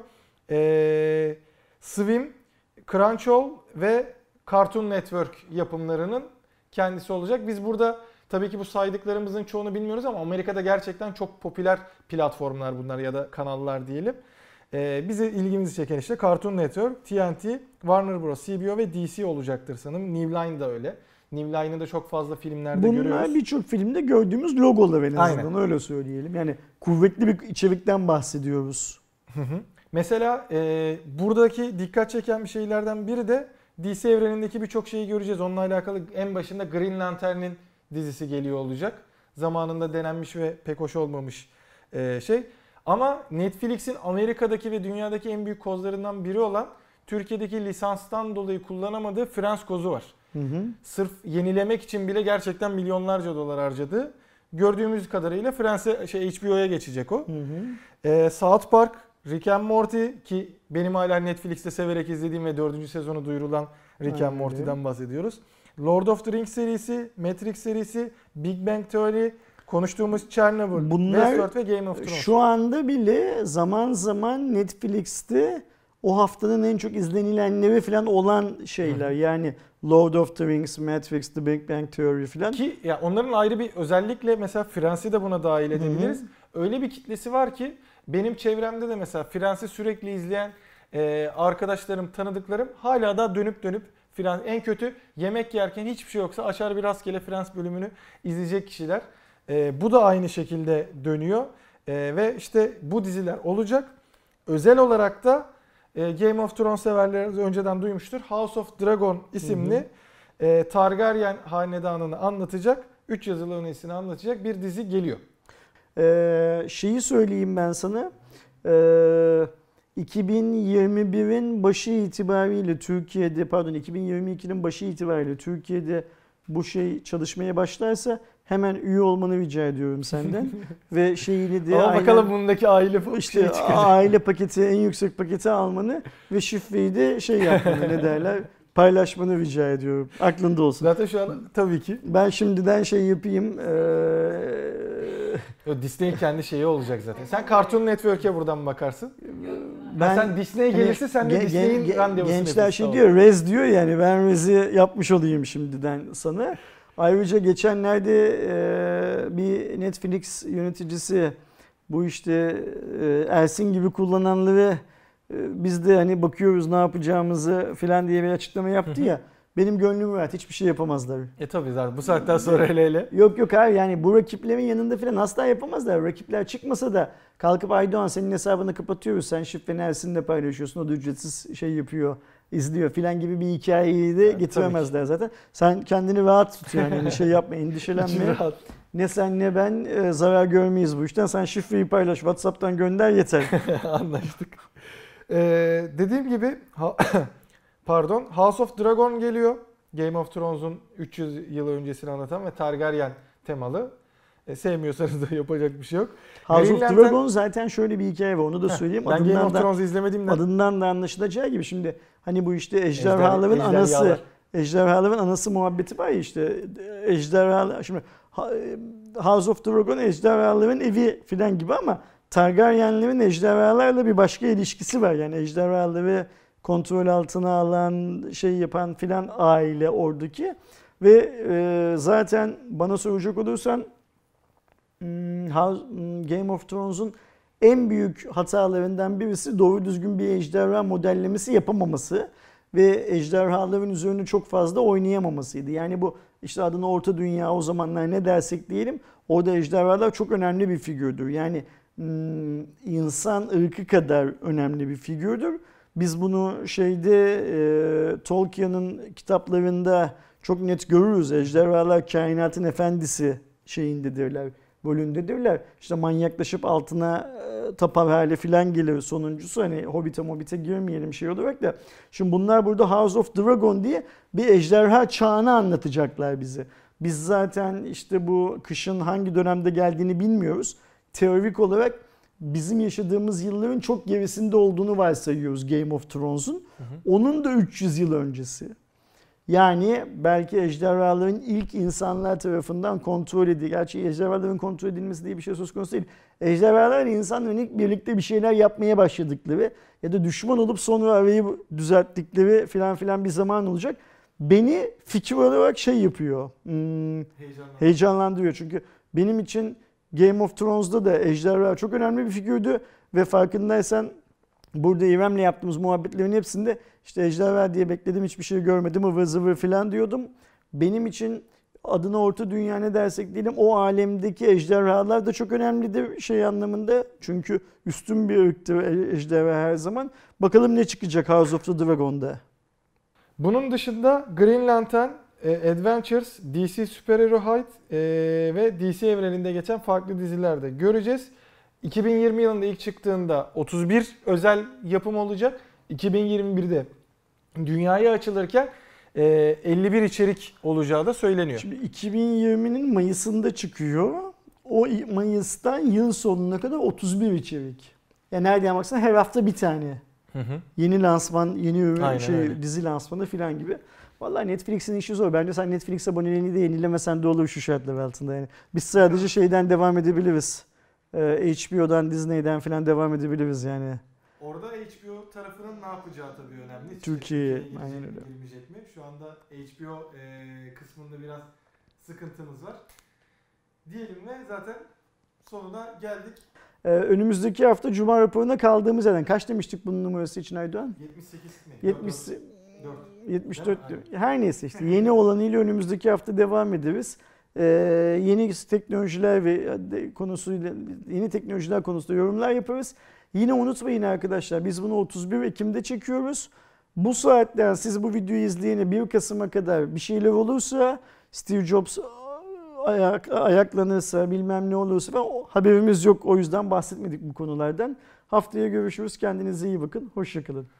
E, Swim, Crunchyroll ve Cartoon Network yapımlarının kendisi olacak. Biz burada tabii ki bu saydıklarımızın çoğunu bilmiyoruz ama Amerika'da gerçekten çok popüler platformlar bunlar ya da kanallar diyelim. Ee, bize ilgimizi çeken işte Cartoon Network, T N T, Warner Bros, C B O ve D C olacaktır sanırım. New Line da öyle. New Line'ı da çok fazla filmlerde Bunlar görüyoruz. Bunlar birçok filmde gördüğümüz logolar en azından, Aynen. öyle söyleyelim. Yani kuvvetli bir içerikten bahsediyoruz. Hı hı. Mesela e, buradaki dikkat çeken bir şeylerden biri de D C evrenindeki birçok şeyi göreceğiz. Onunla alakalı en başında Green Lantern'in dizisi geliyor olacak. Zamanında denenmiş ve pek hoş olmamış e, şey. Ama Netflix'in Amerika'daki ve dünyadaki en büyük kozlarından biri olan Türkiye'deki lisanstan dolayı kullanamadığı Friends kozu var. Hı hı. Sırf yenilemek için bile gerçekten milyonlarca dolar harcadı. Gördüğümüz kadarıyla Friends'e şey H B O'ya geçecek o. Hı hı. Ee, South Park, Rick and Morty ki benim hala Netflix'te severek izlediğim ve dördüncü sezonu duyurulan Rick Aynen and Morty'den bahsediyoruz. Lord of the Rings serisi, Matrix serisi, Big Bang Theory, konuştuğumuz Chernobyl, Bunlar Westworld ve Game of Thrones. Şu anda bile zaman zaman Netflix'te o haftanın en çok izlenilenleri falan olan şeyler. Yani Lord of the Rings, Matrix, The Big Bang Theory falan. Ki ya onların ayrı bir özellikle mesela Friends'i de buna dahil edebiliriz. Hı hı. Öyle bir kitlesi var ki benim çevremde de mesela Friends'i sürekli izleyen e, arkadaşlarım, tanıdıklarım hala da dönüp dönüp Friends, en kötü yemek yerken hiçbir şey yoksa açar bir rastgele Friends bölümünü izleyecek kişiler. E, bu da aynı şekilde dönüyor e, ve işte bu diziler olacak. Özel olarak da e, Game of Thrones severler önceden duymuştur. House of Dragon isimli hı hı. E, Targaryen hanedanını anlatacak, üç yazılı önesini anlatacak bir dizi geliyor. Ee, şeyi söyleyeyim ben sana. Ee, iki bin yirmi birin başı itibariyle Türkiye'de, pardon iki bin yirmi ikinin başı itibariyle Türkiye'de bu şey çalışmaya başlarsa hemen üye olmanı rica ediyorum senden. Ve şeyini de ama aynen, bakalım bundaki aile işte aile paketi, en yüksek paketi almanı ve şifreyi de şey yapmanı, ne derler, paylaşmanı rica ediyorum. Aklında olsun. Zaten şu an tabii ki. Ben şimdiden şey yapayım. Ee... Disney'in kendi şeyi olacak zaten. Sen Cartoon Network'e buradan bakarsın. Ben, sen Disney gelirse hani, sen de Disney'in gen, randevusunu gençler şey diyor, Rez diyor yani, ben Rez'i yapmış olayım şimdiden sana. Ayrıca geçenlerde e, bir Netflix yöneticisi bu işte e, Ersin gibi kullananları e, biz de hani bakıyoruz ne yapacağımızı falan diye bir açıklama yaptı ya. Benim gönlüm rahat, hiçbir şey yapamazlar. E tabii zaten bu saatten sonra hele hele. Yok yok abi, yani bu rakiplerin yanında falan asla yapamazlar. Rakipler çıkmasa da kalkıp Aydoğan senin hesabını kapatıyoruz, sen şifreni Ersin'le paylaşıyorsun, o da ücretsiz şey yapıyor, izliyor filan gibi bir hikayeyi de evet, getiremezler zaten. Sen kendini rahat tut yani, yani şey yapma, endişelenme. Ne sen ne ben e, zarar görmeyiz bu işten. Sen şifreyi paylaş, WhatsApp'tan gönder yeter. Anlaştık. Ee, dediğim gibi ha, pardon House of Dragon geliyor. Game of Thrones'un üç yüz yıl öncesini anlatan ve Targaryen temalı. E, sevmiyorsanız da yapacak bir şey yok. House of Dragon zaten şöyle bir hikaye var, onu da söyleyeyim. Ben adından Game of da, Thrones'u izlemedim de. Adından da anlaşılacağı gibi şimdi hani bu işte ejderhaların Ejder, anası, ejderhaların anası muhabbeti var ya, işte ejderhalar, şimdi House of Dragon ejderhaların evi filan gibi ama Targaryenlerin ejderhalarla bir başka ilişkisi var. Yani ejderhaları kontrol altına alan, şey yapan filan aile oradaki ve e, zaten bana soracak olursan Game of Thrones'un en büyük hatalarından birisi doğru düzgün bir ejderha modellemesi yapamaması ve ejderhaların üzerine çok fazla oynayamamasıydı. Yani bu işte adına Orta Dünya, o zamanlar ne dersek diyelim, orada ejderhalar çok önemli bir figürdür. Yani insan ırkı kadar önemli bir figürdür. Biz bunu şeyde e, Tolkien'in kitaplarında çok net görürüz. Ejderhalar kainatın efendisi şeyindedirler, bölündedirler. İşte manyaklaşıp altına e, tapar hale filan gelir sonuncusu. Hani Hobbit'e Hobbit'e girmeyelim şey olarak da. Şimdi bunlar burada House of Dragon diye bir ejderha çağını anlatacaklar bize. Biz zaten işte bu kışın hangi dönemde geldiğini bilmiyoruz. Teorik olarak bizim yaşadığımız yılların çok gerisinde olduğunu varsayıyoruz Game of Thrones'un. Onun da üç yüz yıl öncesi. Yani belki ejderhaların ilk insanlar tarafından kontrol edildiği, gerçi ejderhaların kontrol edilmesi diye bir şey söz konusu değil. Ejderhalar insanların ilk birlikte bir şeyler yapmaya başladıkları ya da düşman olup sonra arayı düzelttikleri filan filan bir zaman olacak. Beni fikir olarak şey yapıyor, hmm, heyecanlandırıyor. Çünkü benim için Game of Thrones'da da ejderha çok önemli bir figürdü ve farkındaysan Burada İrem'le yaptığımız muhabbetlerin hepsinde işte ejderha diye bekledim, hiçbir şey görmedim, ıvır zıvır falan diyordum. Benim için adına orta dünya ne dersek diyelim, o alemdeki ejderhalar da çok önemlidir şey anlamında. Çünkü üstün bir ırktır ejderha her zaman. Bakalım ne çıkacak House of the Dragon'da. Bunun dışında Green Lantern Adventures, D C Superhero High ve D C evreninde geçen farklı dizilerde göreceğiz. iki bin yirmi yılında ilk çıktığında otuz bir özel yapım olacak. iki bin yirmi birde dünyaya açılırken elli bir içerik olacağı da söyleniyor. Şimdi iki bin yirminin Mayıs'ında çıkıyor. O Mayıs'tan yıl sonuna kadar otuz bir içerik. Yani nereden baksan her hafta bir tane. Hı hı. Yeni lansman, yeni ürün, şey, öyle. Dizi lansmanı falan gibi. Vallahi Netflix'in işi zor. Bence sen Netflix aboneliğini de yenilemesen de olur şu şartlar altında. Yani biz sadece şeyden devam edebiliriz. H B O'dan, Disney'den falan devam edebiliriz yani. Orada H B O tarafının ne yapacağı tabii önemli. Türkiye, aynen öyle. Mi? Şu anda H B O e, kısmında biraz sıkıntımız var. Diyelim ve zaten sonuna geldik. Ee, önümüzdeki hafta Cuma raporuna kaldığımız yerden. Kaç demiştik bunun numarası için Aydoğan? yetmiş sekiz mi? yetmiş, dört. yetmiş dört diyor. Her neyse işte yeni olanıyla önümüzdeki hafta devam ederiz. Ee, yeni teknolojiler ve konusuyla yeni teknolojiler konusunda yorumlar yaparız. Yine unutmayın arkadaşlar, biz bunu otuz bir Ekim'de çekiyoruz. Bu saatten siz bu videoyu izleyene bir Kasım'a kadar bir şeyler olursa, Steve Jobs ayak, ayaklanırsa, bilmem ne olursa falan, haberimiz yok. O yüzden bahsetmedik bu konulardan. Haftaya görüşürüz. Kendinize iyi bakın. Hoşça kalın.